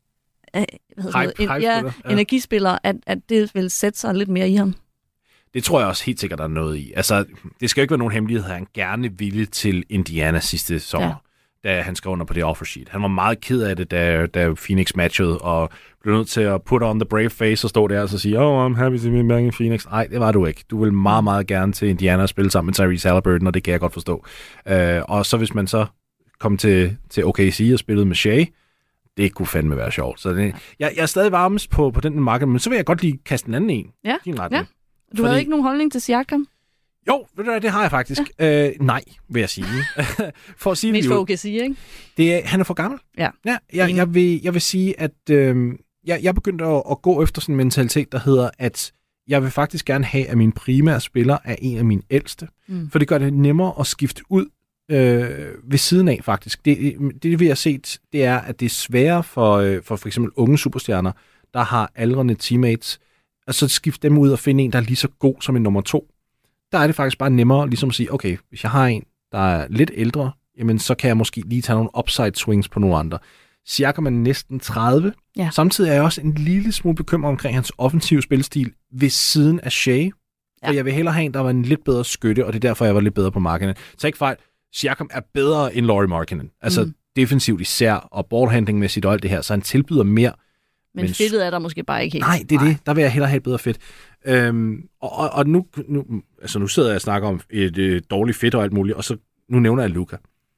Speaker 4: energispillere, at det vil sætte sig lidt mere i ham.
Speaker 3: Det tror jeg også helt sikkert, der er noget i. Altså, det skal jo ikke være nogen hemmelighed, at han gerne ville til Indiana sidste sommer, da han skrev under på det offer sheet. Han var meget ked af det, da Phoenix matchede, og blev nødt til at put on the brave face og stå der og så sige, I'm happy to be back in Phoenix. Nej, det var du ikke. Du vil meget, meget gerne til Indiana og spille sammen med Tyrese Halliburton, og det kan jeg godt forstå. Og så hvis man så kom til OKC og spillede med Shea, det kunne fandme være sjovt. Så jeg er stadig varmest på den marked, men så vil jeg godt lige kaste en anden en.
Speaker 4: Ja. Du havde ikke nogen holdning til Siakam?
Speaker 3: Jo, ved du hvad, det har jeg faktisk. Ja. Nej, vil jeg sige. For at sige
Speaker 4: mest for OKC, ikke?
Speaker 3: Han er for gammel.
Speaker 4: Ja.
Speaker 3: Jeg vil sige, at jeg begyndte at gå efter sådan en mentalitet, der hedder, at jeg vil faktisk gerne have, at min primære spiller er en af mine ældste. For det gør det nemmere at skifte ud ved siden af, faktisk. Det vi har set, det er, at det er sværere for eksempel unge superstjerner, der har aldrende teammates, og så skifte dem ud og finde en, der er lige så god som en nummer 2. Der er det faktisk bare nemmere ligesom at sige, okay, hvis jeg har en, der er lidt ældre, jamen så kan jeg måske lige tage nogle upside swings på nogle andre. Siakam er næsten 30. Ja. Samtidig er jeg også en lille smule bekymret omkring hans offensive spilstil ved siden af Shea. For jeg vil hellere have en, der var en lidt bedre skytte, og det er derfor, jeg var lidt bedre på Markkanen. Så ikke fejl, Siakam er bedre end Lauri Markkanen. Altså defensivt især, og ballhandlingmæssigt og alt det her, så han tilbyder mere.
Speaker 4: Men fedtet er der måske bare ikke helt.
Speaker 3: Nej, det er det. Der vil jeg hellere have et bedre fedt. Og nu sidder jeg og snakker om et dårligt fedt og alt muligt, og så nu nævner jeg Luka.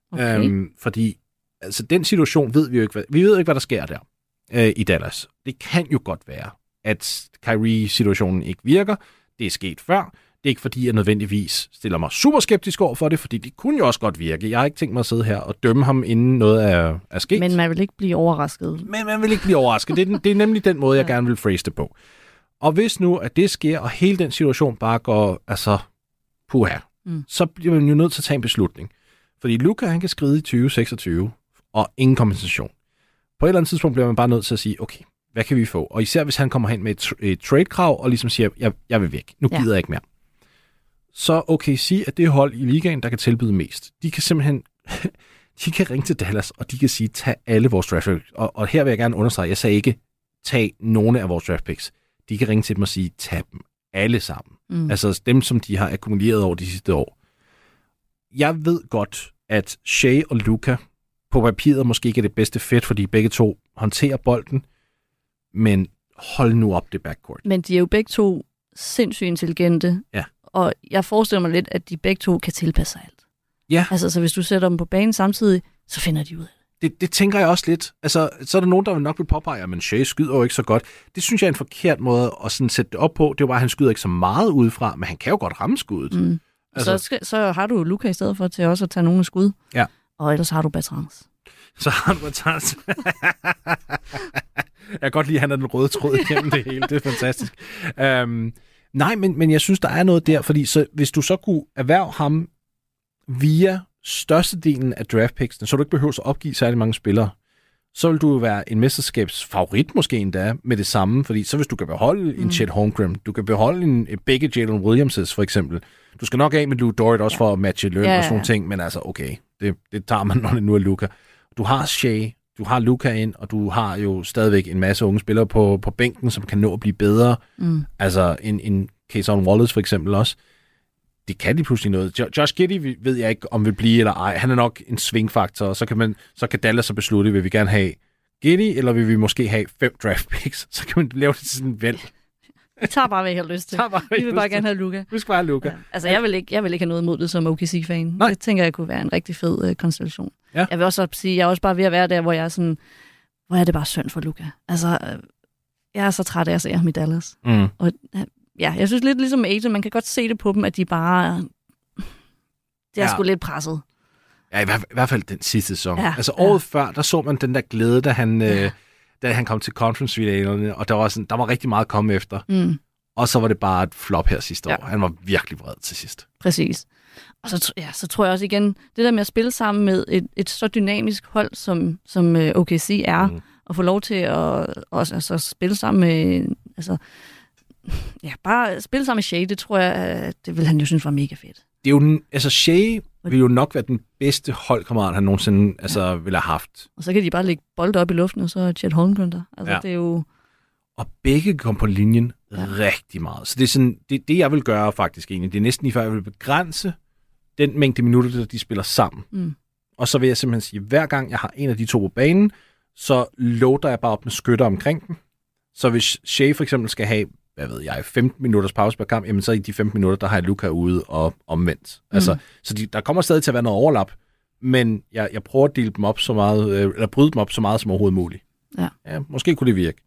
Speaker 4: Okay.
Speaker 3: Fordi altså, den situation ved vi jo ikke. Vi ved ikke, hvad der sker der i Dallas. Det kan jo godt være, at Kyrie-situationen ikke virker. Det er sket før. Det er ikke fordi, jeg nødvendigvis stiller mig super skeptisk over for det, fordi det kunne jo også godt virke. Jeg har ikke tænkt mig at sidde her og dømme ham, inden noget er sket.
Speaker 4: Men man vil ikke blive overrasket.
Speaker 3: Men man vil ikke blive overrasket. Det er nemlig den måde, jeg gerne vil phrase det på. Og hvis nu, at det sker, og hele den situation bare går, puha, så bliver man jo nødt til at tage en beslutning. Fordi Luka, han kan skride i 2026, og ingen kompensation. På et eller andet tidspunkt bliver man bare nødt til at sige, okay, hvad kan vi få? Og især hvis han kommer hen med et trade-krav, og ligesom siger, jeg vil væk. Nu gider jeg ikke mere. Så okay, sige, at det hold i ligaen, der kan tilbyde mest, de kan simpelthen de kan ringe til Dallas, og de kan sige, tag alle vores draft picks. Og her vil jeg gerne understrege, jeg sagde ikke, tag nogle af vores draft picks. De kan ringe til dem og sige, tag dem alle sammen. Altså dem, som de har akkumuleret over de sidste år. Jeg ved godt, at Shea og Luka på papiret måske ikke er det bedste fit, fordi begge to håndterer bolden, men hold nu op det backcourt.
Speaker 4: Men de er jo begge to sindssygt intelligente, og jeg forestiller mig lidt, at de begge to kan tilpasse sig alt.
Speaker 3: Ja.
Speaker 4: Altså, så hvis du sætter dem på banen samtidig, så finder de ud af det.
Speaker 3: Det tænker jeg også lidt. Altså, så er der nogen, der nok vil påpege, at Shea skyder jo ikke så godt. Det synes jeg er en forkert måde at sådan sætte det op på. Det er jo bare, at han skyder ikke så meget udefra, men han kan jo godt ramme skuddet.
Speaker 4: Altså, så har du Luka i stedet for til også at tage nogle skud. Ja. Og ellers har du Bertans.
Speaker 3: Så har du Bertans. Jeg kan godt lide, at han er den røde tråd igennem det hele. Det er fantastisk. Nej, men jeg synes, der er noget der, fordi så, hvis du så kunne erhverve ham via størstedelen af draftpicksene, så du ikke behøver at opgive særlig mange spillere, så vil du jo være en mesterskabsfavorit måske endda med det samme, fordi så hvis du kan beholde en Chet Holmgren, du kan beholde begge Jalen Williamses for eksempel. Du skal nok af med Lou Dort også for at matche løn og sådan nogle ting, men altså okay, det tager man, når det nu er Luka. Du har Shea, du har Luka ind, og du har jo stadigvæk en masse unge spillere på bænken, som kan nå at blive bedre. Altså en Cason Wallace for eksempel også. Det kan de pludselig noget. Josh Giddey ved jeg ikke, om vil blive eller ej. Han er nok en svingfaktor, og så kan Dallas så beslutte, vil vi gerne have Giddey, eller vil vi måske have 5 draft picks? Så kan man lave det til sådan en valg.
Speaker 4: Vi tager bare, hvad jeg har lyst til. Vi vil bare gerne have Luka.
Speaker 3: Vi skal bare have Luka.
Speaker 4: Ja. Altså, jeg vil ikke have noget imod det som OKC-fan. Det tænker jeg kunne være en rigtig fed konstellation. Ja. Jeg vil også sige, jeg er også bare ved at være der, hvor jeg er sådan, hvor er det bare synd for Luka. Altså, jeg er så træt af at se ham i Dallas. Og ja, jeg synes lidt ligesom med Ayton, man kan godt se det på dem, at de bare, det er sgu lidt presset.
Speaker 3: Ja, i hvert fald den sidste sæson. Ja, altså året før, der så man den der glæde, da han kom til conference-finalerne, og der var rigtig meget at komme efter. Og så var det bare et flop her sidste år. Han var virkelig vred til sidst.
Speaker 4: Præcis. Og så tror jeg også igen, det der med at spille sammen med et så dynamisk hold, som OKC er, og få lov til at spille sammen med, bare spille sammen med Shea, det tror jeg, det vil han jo synes var mega fedt. Det er jo,
Speaker 3: Shea vil jo nok være den bedste holdkammerat, han nogensinde ville have haft.
Speaker 4: Og så kan de bare lægge bold op i luften, og så er Chet Holmgren der. Altså, det er jo...
Speaker 3: Og begge kom på linjen rigtig meget. Så det er sådan, det jeg vil gøre faktisk egentlig. Det er næsten lige før, jeg vil begrænse den mængde minutter, der de spiller sammen. Og så vil jeg simpelthen sige, hver gang jeg har en af de to på banen, så loader jeg bare op med skytter omkring dem. Så hvis Shea for eksempel skal have 15 minutters pause per kamp, jamen så i de 15 minutter, der har jeg Luka ude og omvendt. Altså, så der kommer stadig til at være noget overlap, men jeg prøver at dele dem op så meget, eller bryde dem op så meget som overhovedet muligt. Ja, måske kunne det virke.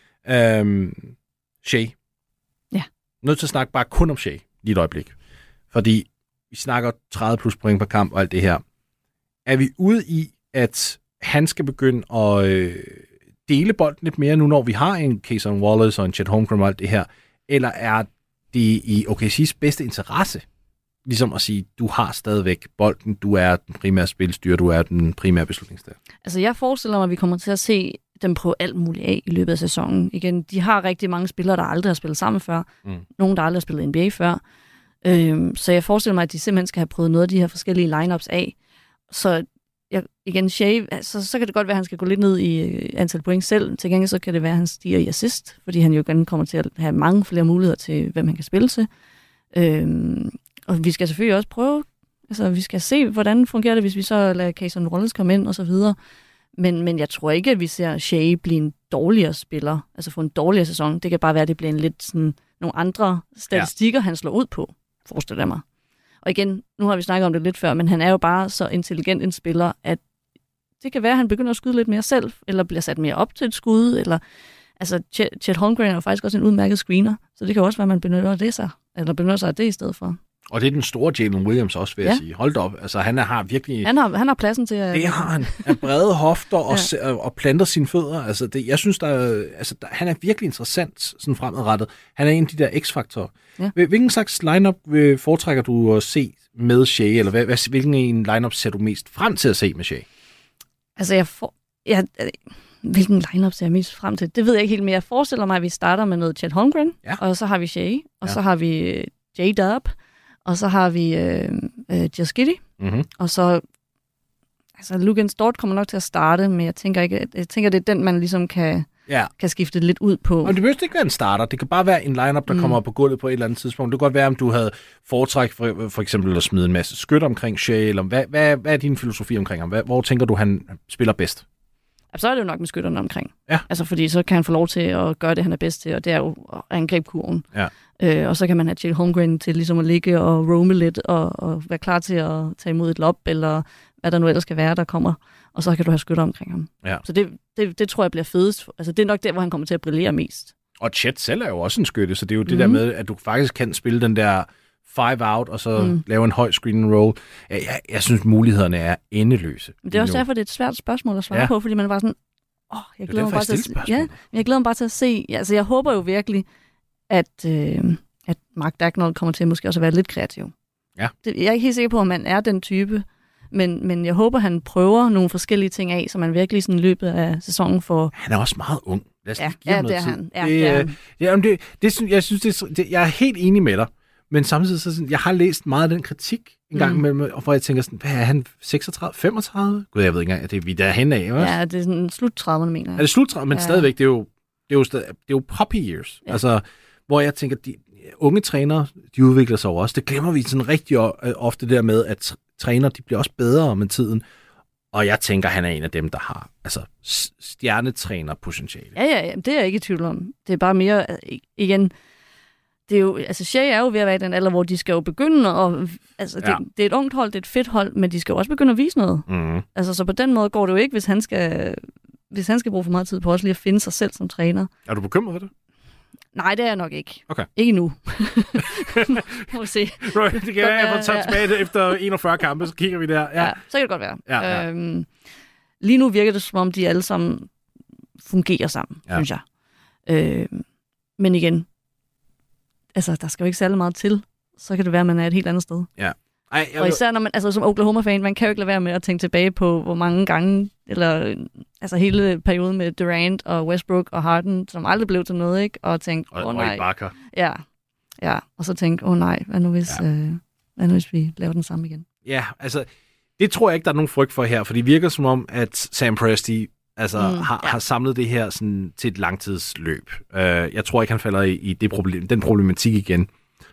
Speaker 3: Shea. Ja. Nødt til at snakke bare kun om Shea, lige et øjeblik. Fordi vi snakker 30 plus point per kamp og alt det her. Er vi ude i, at han skal begynde at dele bolden lidt mere nu, når vi har en Cason Wallace og en Chet Holmgren og alt det her? Eller er det i OKC's bedste interesse? Ligesom at sige, du har stadigvæk bolden, du er den primære spilstyrer, du er den primære beslutningstager.
Speaker 4: Altså jeg forestiller mig, at vi kommer til at se dem prøve alt muligt af i løbet af sæsonen. Igen, de har rigtig mange spillere, der aldrig har spillet sammen før. Nogen, der aldrig har spillet NBA før. Så jeg forestiller mig, at de simpelthen skal have prøvet noget af de her forskellige lineups af. Så igen, Shea, så kan det godt være, at han skal gå lidt ned i antal point selv. Til gengæld så kan det være, at han stiger i assist, fordi han jo igen kommer til at have mange flere muligheder til, hvem han kan spille til. Og vi skal selvfølgelig også prøve, altså vi skal se, hvordan fungerer det, hvis vi så lader Cason Wallace komme ind og så videre. Men jeg tror ikke, at vi ser Shea blive en dårligere spiller, altså få en dårligere sæson. Det kan bare være, at det bliver en lidt sådan nogle andre statistikker, han slår ud på, forestiller jeg mig. Og igen, nu har vi snakket om det lidt før, men han er jo bare så intelligent en spiller, at det kan være, at han begynder at skyde lidt mere selv, eller bliver sat mere op til et skud, eller altså Chet Holmgren er jo faktisk også en udmærket screener, så det kan også være, at man benytter sig af det i stedet for.
Speaker 3: Og det er den store Jalen Williams også, vil jeg sige. Hold da op, altså han har virkelig...
Speaker 4: Han har pladsen til at...
Speaker 3: Det har han. Han brede hofter og planter sine fødder. Altså jeg synes, han er virkelig interessant sådan fremadrettet. Han er en af de der X-faktorer. Ja. Hvilken slags lineup foretrækker du at se med Shea, eller hvilken en lineup ser du mest frem til at se med Shea?
Speaker 4: Altså hvilken lineup ser jeg mest frem til? Det ved jeg ikke helt, men jeg forestiller mig, at vi starter med noget Chet Holmgren, og så har vi Shea, og så har vi J-Dub, og så har vi Josh Giddey, og så altså Luguentz Dort kommer nok til at starte, men jeg tænker, det er den, man ligesom kan skifte lidt ud på.
Speaker 3: Og det behøver ikke være en starter. Det kan bare være en lineup, der kommer på gulvet på et eller andet tidspunkt. Det kan godt være, om du havde foretræk for eksempel at smide en masse skyt omkring Shea, eller hvad er din filosofi omkring ham? Hvor tænker du, han spiller bedst?
Speaker 4: Så er det jo nok med skytterne omkring.
Speaker 3: Ja.
Speaker 4: Altså, fordi så kan han få lov til at gøre det, han er bedst til, og det er jo angrebskurven.
Speaker 3: Ja.
Speaker 4: Og så kan man have Chet Holmgren til ligesom at ligge og roame lidt, og være klar til at tage imod et lob, eller hvad der nu ellers skal være, der kommer. Og så kan du have skytter omkring ham.
Speaker 3: Ja.
Speaker 4: Så det tror jeg bliver fedest. Altså, det er nok der, hvor han kommer til at brillere mest.
Speaker 3: Og Chet selv er jo også en skytte, så det er jo det der med, at du faktisk kan spille den der 5 out, og så lave en høj screen and roll. Jeg synes, mulighederne er endeløse.
Speaker 4: Det er også derfor, det er et svært spørgsmål at svare på, fordi man bare sådan, jeg glæder mig bare til at se. Altså, jeg håber jo virkelig, at Mark Daigneault kommer til måske også at være lidt kreativ.
Speaker 3: Ja.
Speaker 4: Jeg er ikke helt sikker på, om man er den type, men jeg håber, han prøver nogle forskellige ting af, så man virkelig sådan i løbet af sæsonen får...
Speaker 3: Han er også meget ung.
Speaker 4: Det er han.
Speaker 3: Jeg synes, jeg er helt enig med dig, men samtidig så jeg har læst meget af den kritik en gang imellem, og hvor jeg tænker sådan, hvad er han, 36, 35? Gud, jeg ved ikke engang, at det er vi derhen af, også?
Speaker 4: Ja, det er sådan slut 30'erne, mener jeg.
Speaker 3: Er det slut 30'erne? Men stadigvæk, det er jo puppy years. Ja. Altså, hvor jeg tænker, de unge trænere, de udvikler sig også. Det glemmer vi sådan rigtig ofte der med, at trænere, de bliver også bedre med tiden. Og jeg tænker, han er en af dem, der har stjernetræner-potentiale.
Speaker 4: Ja, det er jeg ikke i tvivl om. Det er bare mere, igen... Det er jo, altså Shea er jo ved at være i den alder, hvor de skal jo begynde at... Altså, det er et ungt hold, det er et fedt hold, men de skal jo også begynde at vise noget. Altså, så på den måde går det jo ikke, hvis han skal bruge for meget tid på også lige at finde sig selv som træner.
Speaker 3: Er du bekymret for det?
Speaker 4: Nej, det er jeg nok ikke.
Speaker 3: Okay.
Speaker 4: Ikke endnu. Må vi se.
Speaker 3: Right, det kan være, jeg får taget tilbage efter 41 kampe, så kigger vi der. Ja,
Speaker 4: så kan det godt være.
Speaker 3: Ja.
Speaker 4: Lige nu virker det, som om de alle sammen fungerer sammen, synes jeg. Men igen, altså, der skal jo ikke særlig meget til, så kan det være, at man er et helt andet sted.
Speaker 3: Ja.
Speaker 4: Og især når man, altså som Oklahoma-fan, man kan jo ikke lade være med at tænke tilbage på, hvor mange gange, eller altså hele perioden med Durant og Westbrook og Harden, som aldrig blev til noget, ikke? Og tænke, nej.
Speaker 3: Og
Speaker 4: ja, og så tænke, nej, hvad nu hvis vi laver den samme igen?
Speaker 3: Ja, altså, det tror jeg ikke, der er nogen frygt for her, for det virker som om, at Sam Presti har samlet det her sådan, til et langtidsløb. Jeg tror ikke, han falder i den problematik igen.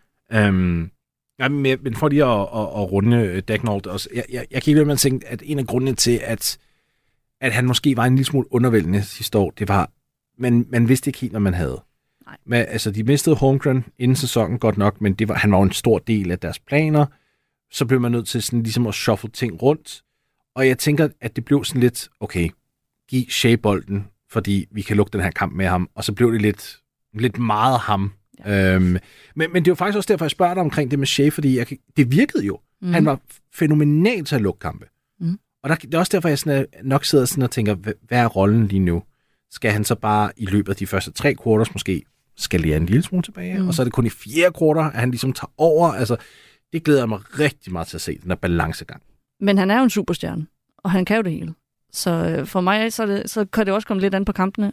Speaker 3: Men for lige at runde Daigneault også, jeg kan ikke lade mig tænke, at en af grundene til, at han måske var en lille smule undervældende sidste år, det var, man vidste ikke helt, hvad man havde.
Speaker 4: Nej.
Speaker 3: Men, altså, de mistede Holmgren inden sæsonen godt nok, men han var jo en stor del af deres planer. Så blev man nødt til sådan, ligesom at shuffle ting rundt. Og jeg tænker, at det blev sådan lidt, okay, giv Shea bolden, fordi vi kan lukke den her kamp med ham. Og så blev det lidt meget ham. Ja. Men det er jo faktisk også derfor, jeg spørger dig omkring det med Shea, fordi det virkede jo. Han var fænomenal til at lukke kampe. Og det er også derfor, jeg nok sidder sådan og tænker, hvad er rollen lige nu? Skal han så bare i løbet af de første 3 quarters måske skalere en lille smule tilbage? Og så er det kun i 4 quarter, at han ligesom tager over. Altså, det glæder jeg mig rigtig meget til at se, den der balancegang.
Speaker 4: Men han er jo en superstjerne, og han kan jo det hele. Så for mig, så kan det også komme lidt an på kampene,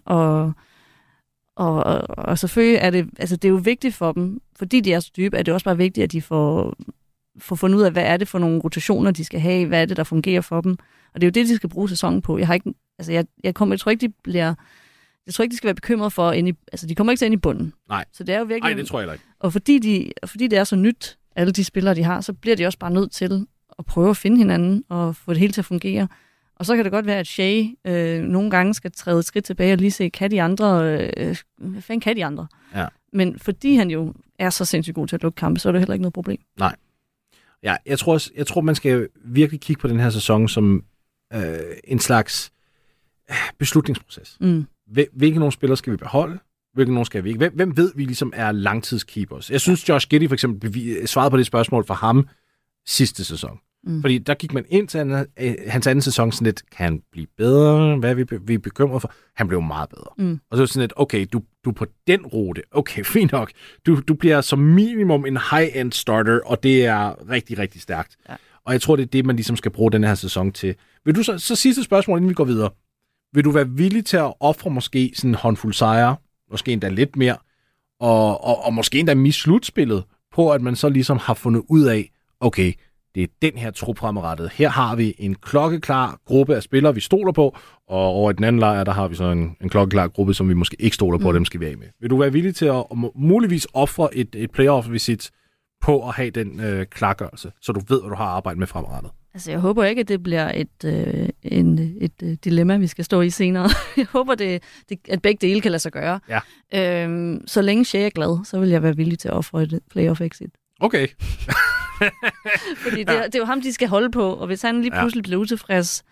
Speaker 4: og selvfølgelig er det, altså det er jo vigtigt for dem, fordi de er så dybe, er det også bare vigtigt, at de får fundet ud af, hvad er det for nogle rotationer, de skal have, hvad er det, der fungerer for dem. Og det er jo det, de skal bruge sæsonen på. Jeg tror ikke, de skal være bekymret for, de kommer ikke til at ind i bunden.
Speaker 3: Nej.
Speaker 4: Så det er jo virkelig...
Speaker 3: Nej, det tror jeg ikke.
Speaker 4: Og fordi det er så nyt, alle de spillere, de har, så bliver de også bare nødt til at prøve at finde hinanden og få det hele til at fungere. Og så kan det godt være, at Shea nogle gange skal træde et skridt tilbage og lige se, hvad fanden kan de andre?
Speaker 3: Ja.
Speaker 4: Men fordi han jo er så sindssygt god til at lukke kampe, så er det heller ikke noget problem.
Speaker 3: Nej. Ja, jeg tror, man skal virkelig kigge på den her sæson som en slags beslutningsproces. Hvilke nogle spillere skal vi beholde? Hvilke nogle skal vi ikke? Hvem ved vi ligesom er langtidskeepers? Jeg synes, Josh Giddey for eksempel svarede på det spørgsmål for ham sidste sæson. Fordi der gik man ind til hans anden sæson sådan lidt, kan han blive bedre? Hvad er vi bekymret for? Han blev meget bedre. Og så sådan lidt, okay, du er på den rute. Okay, fint nok. Du bliver som minimum en high-end starter, og det er rigtig, rigtig stærkt. Ja. Og jeg tror, det er det, man ligesom skal bruge den her sæson til. Vil du så sidste spørgsmål, inden vi går videre. Vil du være villig til at ofre måske sådan en håndfuld sejre, måske endda lidt mere, og måske endda misse slutspillet, på at man så ligesom har fundet ud af, okay, det er den her trup fremadrettet. Her har vi en klokkeklar gruppe af spillere, vi stoler på, og over i den anden lejr, der har vi så en klokkeklar gruppe, som vi måske ikke stoler på, og dem skal vi af med. Vil du være villig til at muligvis ofre et playoff-visit på at have den klargørelse, så du ved, hvad du har arbejdet med fremadrettet?
Speaker 4: Altså, jeg håber ikke, at det bliver et dilemma, vi skal stå i senere. Jeg håber, at begge dele kan lade sig gøre. Ja. Så længe Shea er glad, så vil jeg være villig til at ofre et playoff-exit.
Speaker 3: Okay.
Speaker 4: Fordi det er jo ham, de skal holde på, og hvis han lige pludselig bliver utilfreds,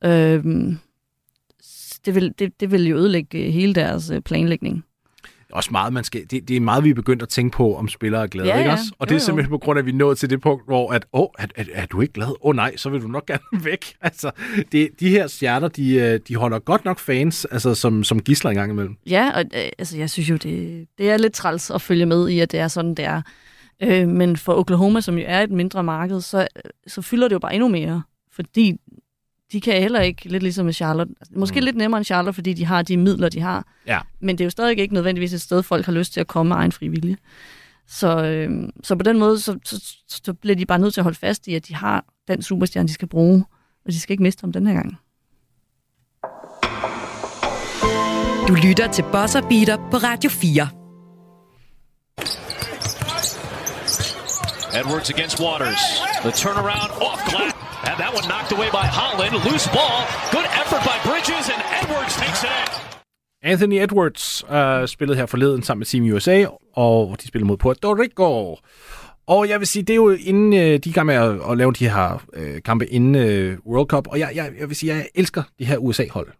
Speaker 4: det vil jo ødelægge hele deres planlægning.
Speaker 3: Også meget, det er meget, vi er begyndt at tænke på, om spillere er glade, ikke også? Og det er simpelthen på grund af, at vi er nået til det punkt, hvor er du ikke glad? Nej, så vil du nok gerne væk. Altså, de her stjerner, de holder godt nok fans, altså som gidsler en gang imellem.
Speaker 4: Ja, og jeg synes jo, det er lidt træls at følge med i, at det er sådan, det er. Men for Oklahoma, som jo er et mindre marked, så fylder det jo bare endnu mere, fordi de kan heller ikke, lidt ligesom med Charlotte, måske lidt nemmere end Charlotte, fordi de har de midler, de har. Ja. Men det er jo stadig ikke nødvendigvis et sted, folk har lyst til at komme med egen fri vilje. Så på den måde, så bliver de bare nødt til at holde fast i, at de har den superstjerne, de skal bruge, og de skal ikke miste om den her gang.
Speaker 2: Du lytter til Buzzer Beater på Radio 4.
Speaker 6: Edwards against Waters. The turnaround off glass. And that one knocked away by Holland. Loose ball. Good effort by Bridges, and Edwards takes it in.
Speaker 3: Anthony Edwards spillede her forleden sammen med Team USA, og de spillede mod Puerto Rico. Og jeg vil sige, det er jo inden de gang med at lave de her kampe inden World Cup, og jeg vil sige, jeg elsker de her USA-hold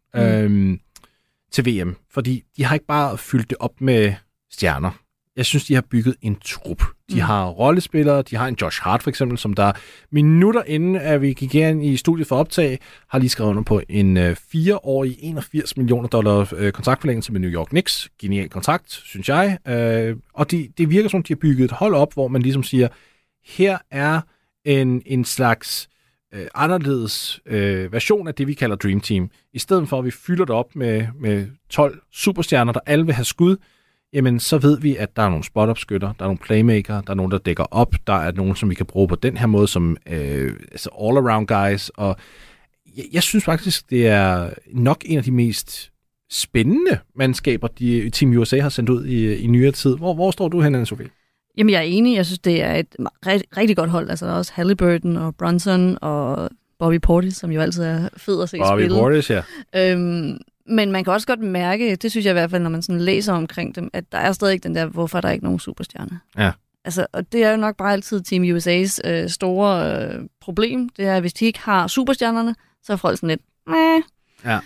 Speaker 3: til VM, fordi de har ikke bare fyldt det op med stjerner. Jeg synes, de har bygget en trup. De har rollespillere, de har en Josh Hart for eksempel, som der minutter inden, at vi gik ind i studiet for optag, har lige skrevet under på en 4-årig $81 million kontraktforlængelse med New York Knicks. Genial kontrakt, synes jeg. Og det virker som, de har bygget et hold op, hvor man ligesom siger, her er en slags anderledes version af det, vi kalder Dream Team. I stedet for, at vi fylder det op med 12 superstjerner, der alle vil have skud, jamen så ved vi, at der er nogle spot-up-skytter, der er nogle playmaker, der er nogen, der dækker op, der er nogen, som vi kan bruge på den her måde, som altså all-around guys, og jeg synes faktisk, det er nok en af de mest spændende mandskaber, Team USA har sendt ud i nyere tid. Hvor står du henne, Anne-Sophie?
Speaker 4: Jamen, jeg er enig. Jeg synes, det er et rigtig godt hold. Altså, der er også Halliburton og Brunson og Bobby Portis, som jo altid er fed at se spille.
Speaker 3: Bobby Portis, ja.
Speaker 4: Men man kan også godt mærke, det synes jeg i hvert fald, når man sådan læser omkring dem, at der er stadig ikke den der, hvorfor der er ikke nogen superstjerne. Ja. Altså, og det er jo nok bare altid Team USA's store problem. Det er, at hvis de ikke har superstjernerne, så er folk sådan lidt, ja.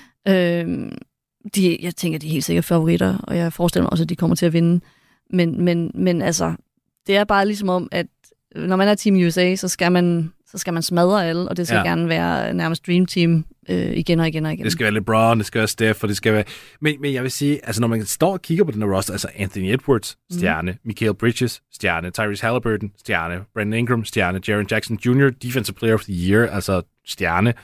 Speaker 4: Jeg tænker, de er helt sikkert favoritter, og jeg forestiller mig også, at de kommer til at vinde. Men altså, det er bare ligesom om, at når man er Team USA, så skal man smadre alle, og det skal gerne være nærmest Dream Team igen og igen og igen.
Speaker 3: Det skal være LeBron, det skal være Steph, og det skal være... Men jeg vil sige, altså når man står og kigger på den her roster, altså Anthony Edwards, stjerne, Mikal Bridges, stjerne, Tyrese Halliburton, stjerne, Brandon Ingram, stjerne, Jaren Jackson Jr., Defensive Player of the Year, altså stjerne.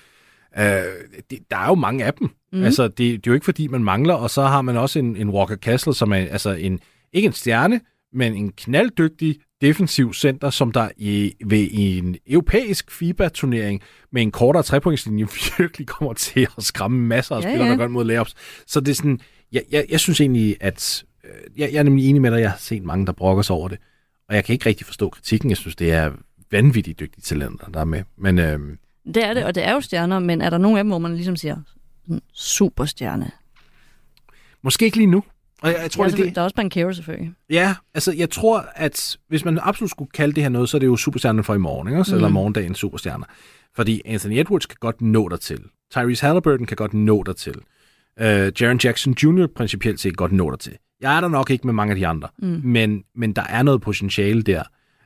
Speaker 3: Der er jo mange af dem. Altså det er jo ikke fordi, man mangler, og så har man også en Walker Kessler, som er altså ikke en stjerne, men en knalddygtig defensiv center, som der i en europæisk FIBA-turnering med en kortere trepointslinje virkelig kommer til at skræmme masser af spillere, der går mod layups. Så det er sådan, jeg synes egentlig, at jeg er nemlig enig med dig, jeg har set mange, der brokker sig over det, og jeg kan ikke rigtig forstå kritikken. Jeg synes, det er vanvittigt dygtige talenter, der er med. Men,
Speaker 4: det er det, og det er jo stjerner, men er der nogen af dem, hvor man ligesom siger, superstjerne?
Speaker 3: Måske ikke lige nu. Og jeg tror,
Speaker 4: der er også Banchero selvfølgelig.
Speaker 3: Ja, altså jeg tror, at hvis man absolut skulle kalde det her noget, så er det jo superstjernen for i morgen, ikke? Eller morgendagens superstjerner. Fordi Anthony Edwards kan godt nå dertil. Tyrese Halliburton kan godt nå dertil. Jaren Jackson Jr. principielt set godt nå dertil. Jeg er der nok ikke med mange af de andre, men der er noget potentiale der.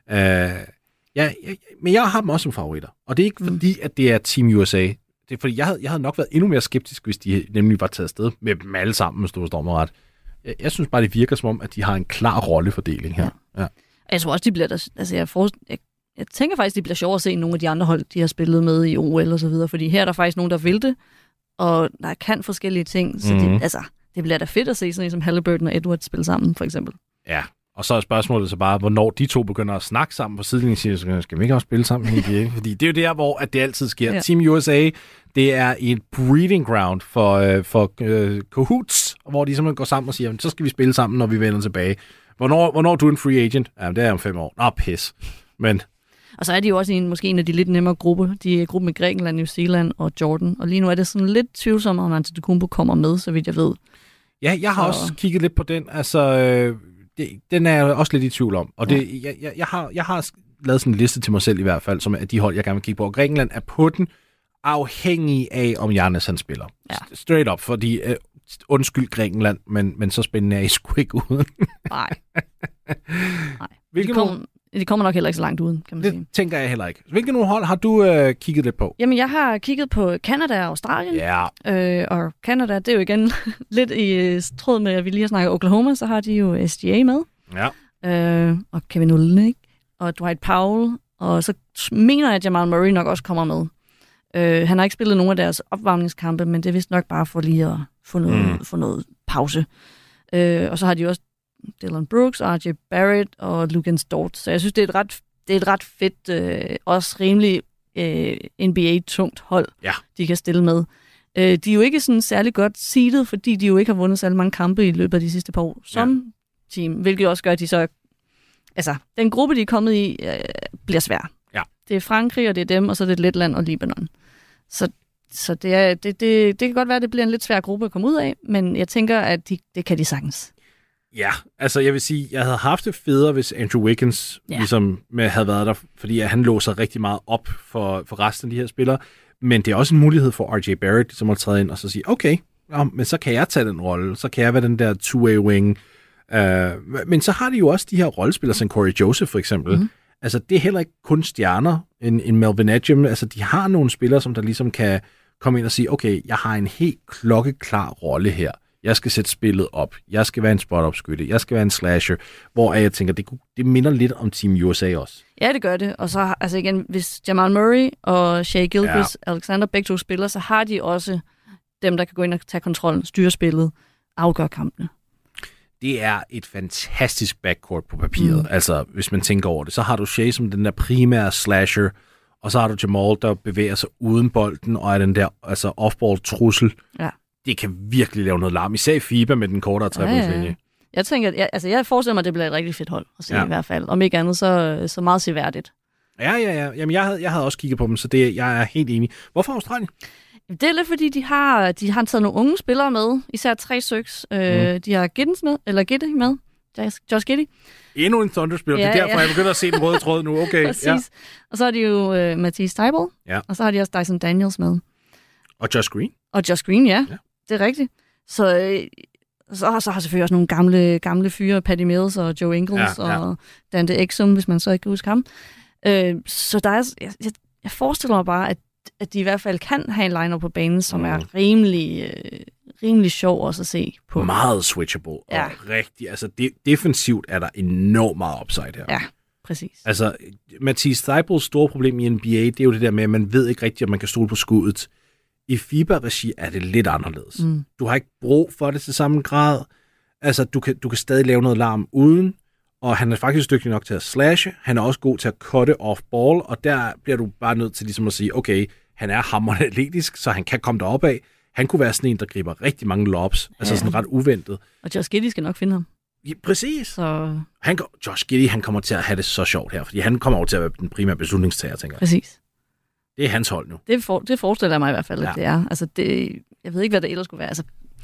Speaker 3: Men jeg har dem også som favoritter. Og det er ikke fordi, at det er Team USA. Det er fordi, jeg havde nok været endnu mere skeptisk, hvis de nemlig var taget afsted med dem alle sammen, hvis du forstår mig ret. Jeg synes bare, det virker som om, at de har en klar rollefordeling her. Ja.
Speaker 4: Jeg tror også, de bliver der... Altså, jeg tænker faktisk, det bliver sjovt at se nogle af de andre hold, de har spillet med i OL og så videre, fordi her er der faktisk nogen, der vil det, og der kan forskellige ting, så det bliver da fedt at se sådan en som Halliburton og Edwards spille sammen, for eksempel.
Speaker 3: Ja, og så er spørgsmålet så bare, hvornår de to begynder at snakke sammen på sidelinjen, siger, skal vi ikke også spille sammen? Fordi det er jo der, hvor at det altid sker. Ja. Team USA, det er en breeding ground for Cahoots, hvor de simpelthen går sammen og siger, så skal vi spille sammen, når vi vender tilbage. Hvornår er du en free agent? Ja, det er om 5 år. Nå, pis. Men... Og
Speaker 4: så er de jo også måske en af de lidt nemmere grupper. De er gruppen med Grækenland, New Zealand og Jordan. Og lige nu er det sådan lidt tvivlsomt, om Antetokounmpo kommer med, så vidt jeg ved.
Speaker 3: Ja, jeg har også kigget lidt på den. Altså, den er jeg også lidt i tvivl om. Og det, jeg har lavet sådan en liste til mig selv i hvert fald, som er de hold, jeg gerne vil kigge på. Og Grækenland er på den afhængig af, om Giannis han spiller. Ja. Straight up, fordi undskyld Grækenland, men så spændende er I sgu ikke uden.
Speaker 4: Nej. De kommer nok heller ikke så langt uden, kan man sige.
Speaker 3: Det tænker jeg heller ikke. Hvilke nogle hold har du kigget lidt på?
Speaker 4: Jamen, jeg har kigget på Canada og Australien.
Speaker 3: Ja.
Speaker 4: Og Canada, det er jo igen lidt i tråd med, at vi lige har snakket Oklahoma, så har de jo SGA med.
Speaker 3: Ja.
Speaker 4: Og Kevin Olynyk og Dwight Powell. Og så mener jeg, at Jamal Murray nok også kommer med. Han har ikke spillet nogen af deres opvarmningskampe, men det er vist nok bare for lige at få noget pause. Og så har de også Dillon Brooks, RJ Barrett og Luguentz Dort. Så jeg synes, det er et ret fedt, også rimelig NBA-tungt hold, de kan stille med. De er jo ikke sådan særlig godt seedet, fordi de jo ikke har vundet så mange kampe i løbet af de sidste par år som team, hvilket også gør, at de så... Altså, den gruppe, de er kommet i, bliver svær. Ja. Det er Frankrig, og det er dem, og så er det Letland og Libanon. Så det kan godt være, at det bliver en lidt svær gruppe at komme ud af, men jeg tænker, at det kan de sagtens.
Speaker 3: Ja, altså jeg vil sige, jeg havde haft det federe, hvis Andrew Wiggins ligesom havde været der, fordi han låser rigtig meget op for resten af de her spillere. Men det er også en mulighed for RJ Barrett, som at træde ind og så sige, okay, men så kan jeg tage den rolle, så kan jeg være den der two-way wing. Men så har de jo også de her rollespillere, som Corey Joseph for eksempel. Mm-hmm. Altså det er heller ikke kun stjerner, en Melvin Ejim. Altså de har nogle spillere, som der ligesom kan komme ind og sige, okay, jeg har en helt klokkeklar rolle her. Jeg skal sætte spillet op. Jeg skal være en spot-up-skytte. Jeg skal være en slasher. Hvor jeg tænker, det minder lidt om Team USA også.
Speaker 4: Ja, det gør det. Og så altså igen, hvis Jamal Murray og Shai Gilgeous Alexander begge to spiller, så har de også dem, der kan gå ind og tage kontrollen, styre spillet, afgøre kampene.
Speaker 3: Det er et fantastisk backcourt på papiret. Altså, hvis man tænker over det. Så har du Shai som den der primære slasher, og så har du Jamal, der bevæger sig uden bolden, og er den der altså off-ball-trussel. Ja. Det kan virkelig lave noget larm, især i FIBA med den kortere trepunkslinje.
Speaker 4: Jeg tænker, jeg forestiller mig, at det bliver et rigtig fedt hold at se i hvert fald. Om ikke andet, så meget seværdigt.
Speaker 3: Ja. Jamen, jeg havde også kigget på dem, så jeg er helt enig. Hvorfor Australien?
Speaker 4: Det er lidt, fordi de har taget nogle unge spillere med, især 3 styks. De har Giddens med, eller Giddey med, Josh Giddey.
Speaker 3: Endnu en Thunder-spiller, det er derfor, jeg begynder at se den røde tråd nu. Okay.
Speaker 4: Præcis. Ja. Og så har de jo Matisse Thybulle, og så har de også Dyson Daniels med.
Speaker 3: Og Josh Green.
Speaker 4: Og Josh Green, ja. Det er rigtigt. Så har selvfølgelig også nogle gamle fyre, Patty Mills og Joe Ingles og Dante Exum, hvis man så ikke kan huske ham. Så der er, jeg forestiller mig bare, at de i hvert fald kan have en line-up på banen, som er rimelig sjov også at se på.
Speaker 3: Meget switchable. Og rigtig, altså defensivt er der enormt meget upside her.
Speaker 4: Ja, præcis.
Speaker 3: Altså, Matisse Thybulles store problem i NBA, det er jo det der med, at man ved ikke rigtigt, om man kan stole på skuddet. I FIBA-regi er det lidt anderledes. Du har ikke brug for det til samme grad. Altså, du kan stadig lave noget larm uden, og han er faktisk dygtig nok til at slashe. Han er også god til at cutte off-ball, og der bliver du bare nødt til ligesom at sige, okay, han er hammerende atletisk, så han kan komme derop af. Han kunne være sådan en, der griber rigtig mange lobs, altså sådan ret uventet.
Speaker 4: Og Josh Giddey skal nok finde ham.
Speaker 3: Ja, præcis. Så... Josh Giddey, han kommer til at have det så sjovt her, fordi han kommer over til at være den primære beslutningstager, tænker jeg.
Speaker 4: Præcis.
Speaker 3: Det er hans hold nu.
Speaker 4: Det forestiller jeg mig i hvert fald, at det er. Altså jeg ved ikke, hvad det ellers skulle være. Altså,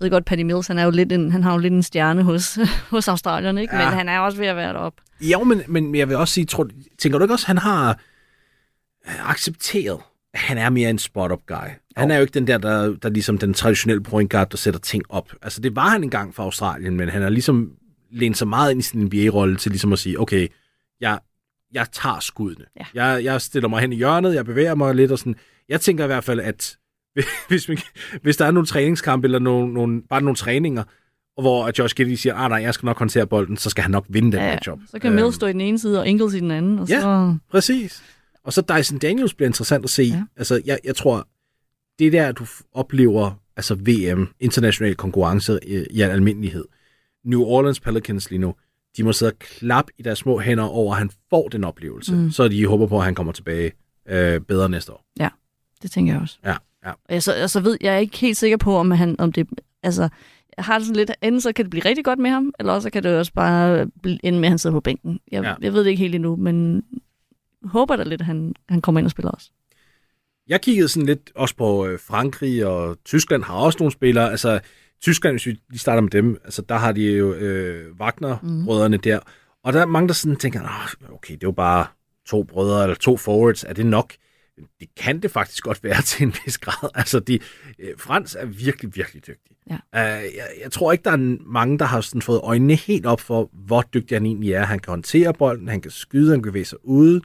Speaker 4: ved godt, Patty Mills, han har jo lidt en stjerne hos Australien, ikke? Men han er også ved at være deroppe.
Speaker 3: Jo, men jeg vil også sige, tænker du ikke også, han har accepteret, at han er mere en spot-up guy? Han er jo ikke den der ligesom den traditionelle point guard, der sætter ting op. Altså, det var han engang for Australien, men han har ligesom lænet sig meget ind i sin NBA-rolle til ligesom at sige, okay, jeg tager skuddene. Ja. Jeg stiller mig hen i hjørnet, jeg bevæger mig lidt og sådan. Jeg tænker i hvert fald, at hvis der er nogle træningskampe eller bare nogle træninger, hvor Josh Giddey siger, nej, jeg skal nok håndtere bolden, så skal han nok vinde den matchup.
Speaker 4: Så kan Mills stå i den ene side, og Ingles i den anden. Og så...
Speaker 3: præcis. Og så Dyson Daniels bliver interessant at se. Ja. Altså, jeg tror, det er der, du oplever altså VM, international konkurrence i al almindelighed. New Orleans Pelicans lige nu, de må sidde og klappe i deres små hænder over, at han får den oplevelse. Så de håber på, at han kommer tilbage bedre næste år.
Speaker 4: Ja, det tænker jeg også.
Speaker 3: Ja.
Speaker 4: Og så ved jeg er ikke helt sikker på, om det... Altså, jeg har det sådan lidt... Enten så kan det blive rigtig godt med ham, eller også kan det også bare ende med, at han sidder på bænken. Jeg ved det ikke helt endnu, men håber da lidt, at han kommer ind og spiller også.
Speaker 3: Jeg kiggede sådan lidt også på Frankrig, og Tyskland har også nogle spillere. Altså, Tyskland, hvis vi lige starter med dem, altså der har de jo Wagner-brødrene der. Og der er mange, der sådan tænker, okay, det er jo bare 2 brødre eller 2 forwards. Er det nok? Det kan det faktisk godt være til en vis grad. Altså, Frans er virkelig, virkelig dygtig. Ja. Jeg tror ikke, der er mange, der har sådan fået øjnene helt op for, hvor dygtig han egentlig er. Han kan håndtere bolden, han kan skyde, han kan bevæge sig ude.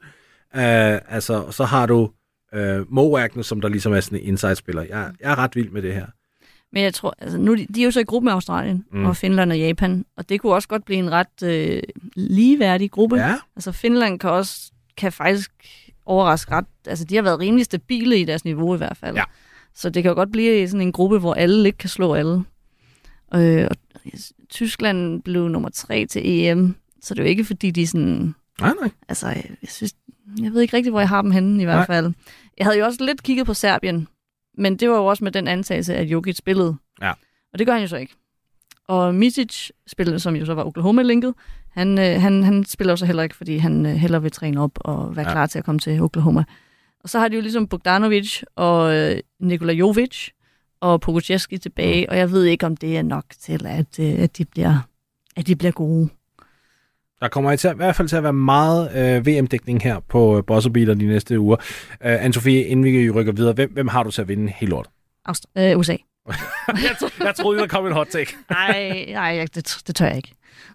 Speaker 3: Og så har du Mo Wagner, som der ligesom er sådan en inside-spiller. Jeg er ret vild med det her.
Speaker 4: Men jeg tror, altså nu de er jo så i gruppe med Australien og Finland og Japan, og det kunne også godt blive en ret ligeværdig gruppe.
Speaker 3: Ja.
Speaker 4: Altså Finland kan faktisk overraske ret. Altså de har været rimelig stabile i deres niveau i hvert fald. Ja. Så det kan jo godt blive sådan en gruppe, hvor alle ikke kan slå alle. Og Tyskland blev nummer 3 til EM, så det er jo ikke fordi de sådan...
Speaker 3: Nej.
Speaker 4: Altså jeg ved ikke rigtig, hvor jeg har dem henne i hvert fald. Jeg havde jo også lidt kigget på Serbien, men det var jo også med den antagelse, at Jokic spillede. Ja. Og det gør han jo så ikke. Og Micic spillede, som jo så var Oklahoma-linket, han spiller jo så heller ikke, fordi han hellere vil træne op og være klar til at komme til Oklahoma. Og så har de jo ligesom Bogdanovic og Nikola Jovic og Pokusevski tilbage, og jeg ved ikke, om det er nok til, at de bliver gode.
Speaker 3: Der kommer i hvert fald til at være meget VM-dækning her på Buzzer Beater de næste uger. Anne-Sophie, inden vi rykker videre, hvem har du til at vinde hele lortet?
Speaker 4: USA.
Speaker 3: jeg troede, der kom en hot take.
Speaker 4: Nej, det tør jeg ikke.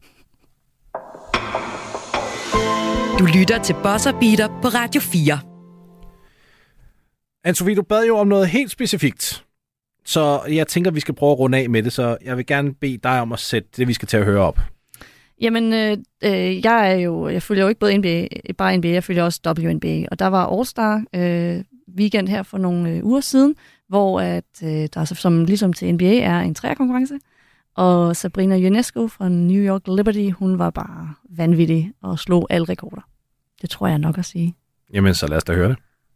Speaker 2: Du lytter til Buzzer Beater på Radio 4.
Speaker 3: Anne-Sophie, du bad jo om noget helt specifikt. Så jeg tænker, vi skal prøve at runde af med det, så jeg vil gerne bede dig om at sætte det, vi skal til at høre op.
Speaker 4: Jamen, jeg følger jo ikke bare NBA, jeg følger også WNBA. Og der var All-Star weekend her for nogle uger siden, hvor der som ligesom til NBA er en træerkonkurrence. Og Sabrina Ionescu fra New York Liberty, hun var bare vanvittig og slog alle rekorder. Det tror jeg nok at sige.
Speaker 3: Jamen, så lad os da høre det.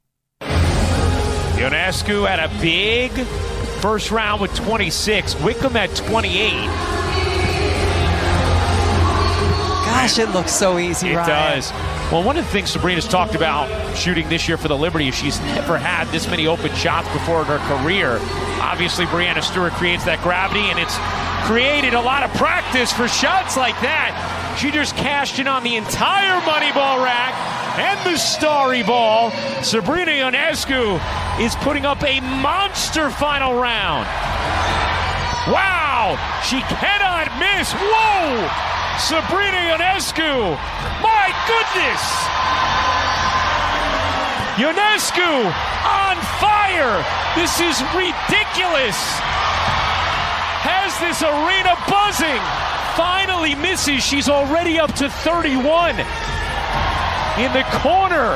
Speaker 6: Ionescu had a big first round with 26. Wickham at 28.
Speaker 7: Gosh, it looks so easy,
Speaker 6: It
Speaker 7: Ryan.
Speaker 6: does. Well, one of the things Sabrina's talked about shooting this year for the Liberty is she's never had this many open shots before in her career. Obviously, Breanna Stewart creates that gravity, and it's created a lot of practice for shots like that. She just cashed in on the entire money ball rack and the starry ball. Sabrina Ionescu is putting up a monster final round. Wow! She cannot miss. Whoa! Sabrina Ionescu! My goodness! Ionescu on fire! This is ridiculous! Has this arena buzzing! Finally misses. She's already up to 31 in the corner.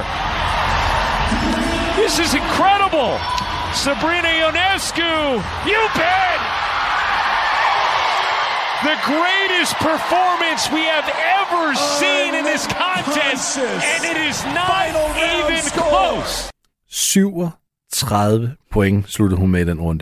Speaker 6: This is incredible! Sabrina Ionescu! You bet! The greatest performance we have ever seen in this contest, and it is not even close.
Speaker 3: 37 point sluttede hun med i den runde.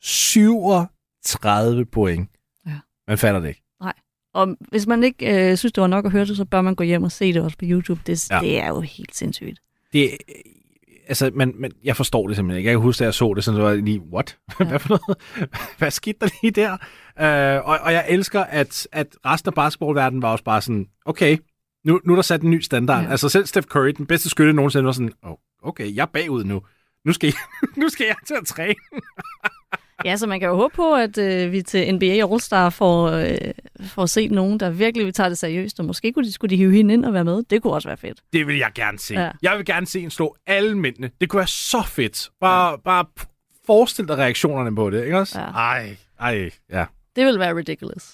Speaker 3: 37 point. Ja. Man fatter det ikke.
Speaker 4: Nej. Og hvis man ikke synes, det var nok at høre det, så bør man gå hjem og se det også på YouTube. Det er jo helt sindssygt.
Speaker 3: altså, jeg forstår det simpelthen ikke. Jeg kan huske, at jeg så det, sådan så var jeg lige, what? Hvad for noget? Hvad skete der lige der? Og jeg elsker, at resten af basketballverdenen var også bare sådan, okay, nu er der sat en ny standard. Ja. Altså selv Steph Curry, den bedste skytte nogensinde, var sådan, okay, jeg er bagud nu. Nu skal jeg til at træne.
Speaker 4: Ja, så man kan jo håbe på, at vi til NBA All-Star får set nogen, der virkelig vil tage det seriøst, og måske skulle de hive hende ind og være med. Det kunne også være fedt.
Speaker 3: Det vil jeg gerne se. Ja. Jeg vil gerne se en slå alle mændene. Det kunne være så fedt. Bare forestil dig reaktionerne på det, ikke også? Ja. Ej, ja.
Speaker 4: Det vil være ridiculous.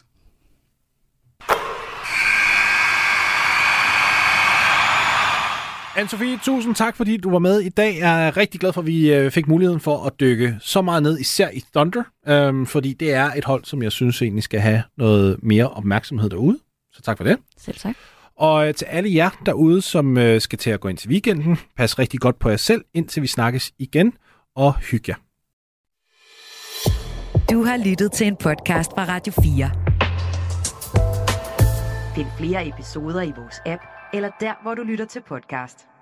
Speaker 3: Anne-Sophie, tusind tak, fordi du var med i dag. Jeg er rigtig glad for, at vi fik muligheden for at dykke så meget ned, især i Thunder, fordi det er et hold, som jeg synes egentlig skal have noget mere opmærksomhed derude. Så tak for det.
Speaker 4: Selv tak.
Speaker 3: Og til alle jer derude, som skal til at gå ind til weekenden, pas rigtig godt på jer selv, indtil vi snakkes igen, og hygge jer.
Speaker 2: Du har lyttet til en podcast fra Radio 4. Find flere episoder i vores app, eller der, hvor du lytter til podcast.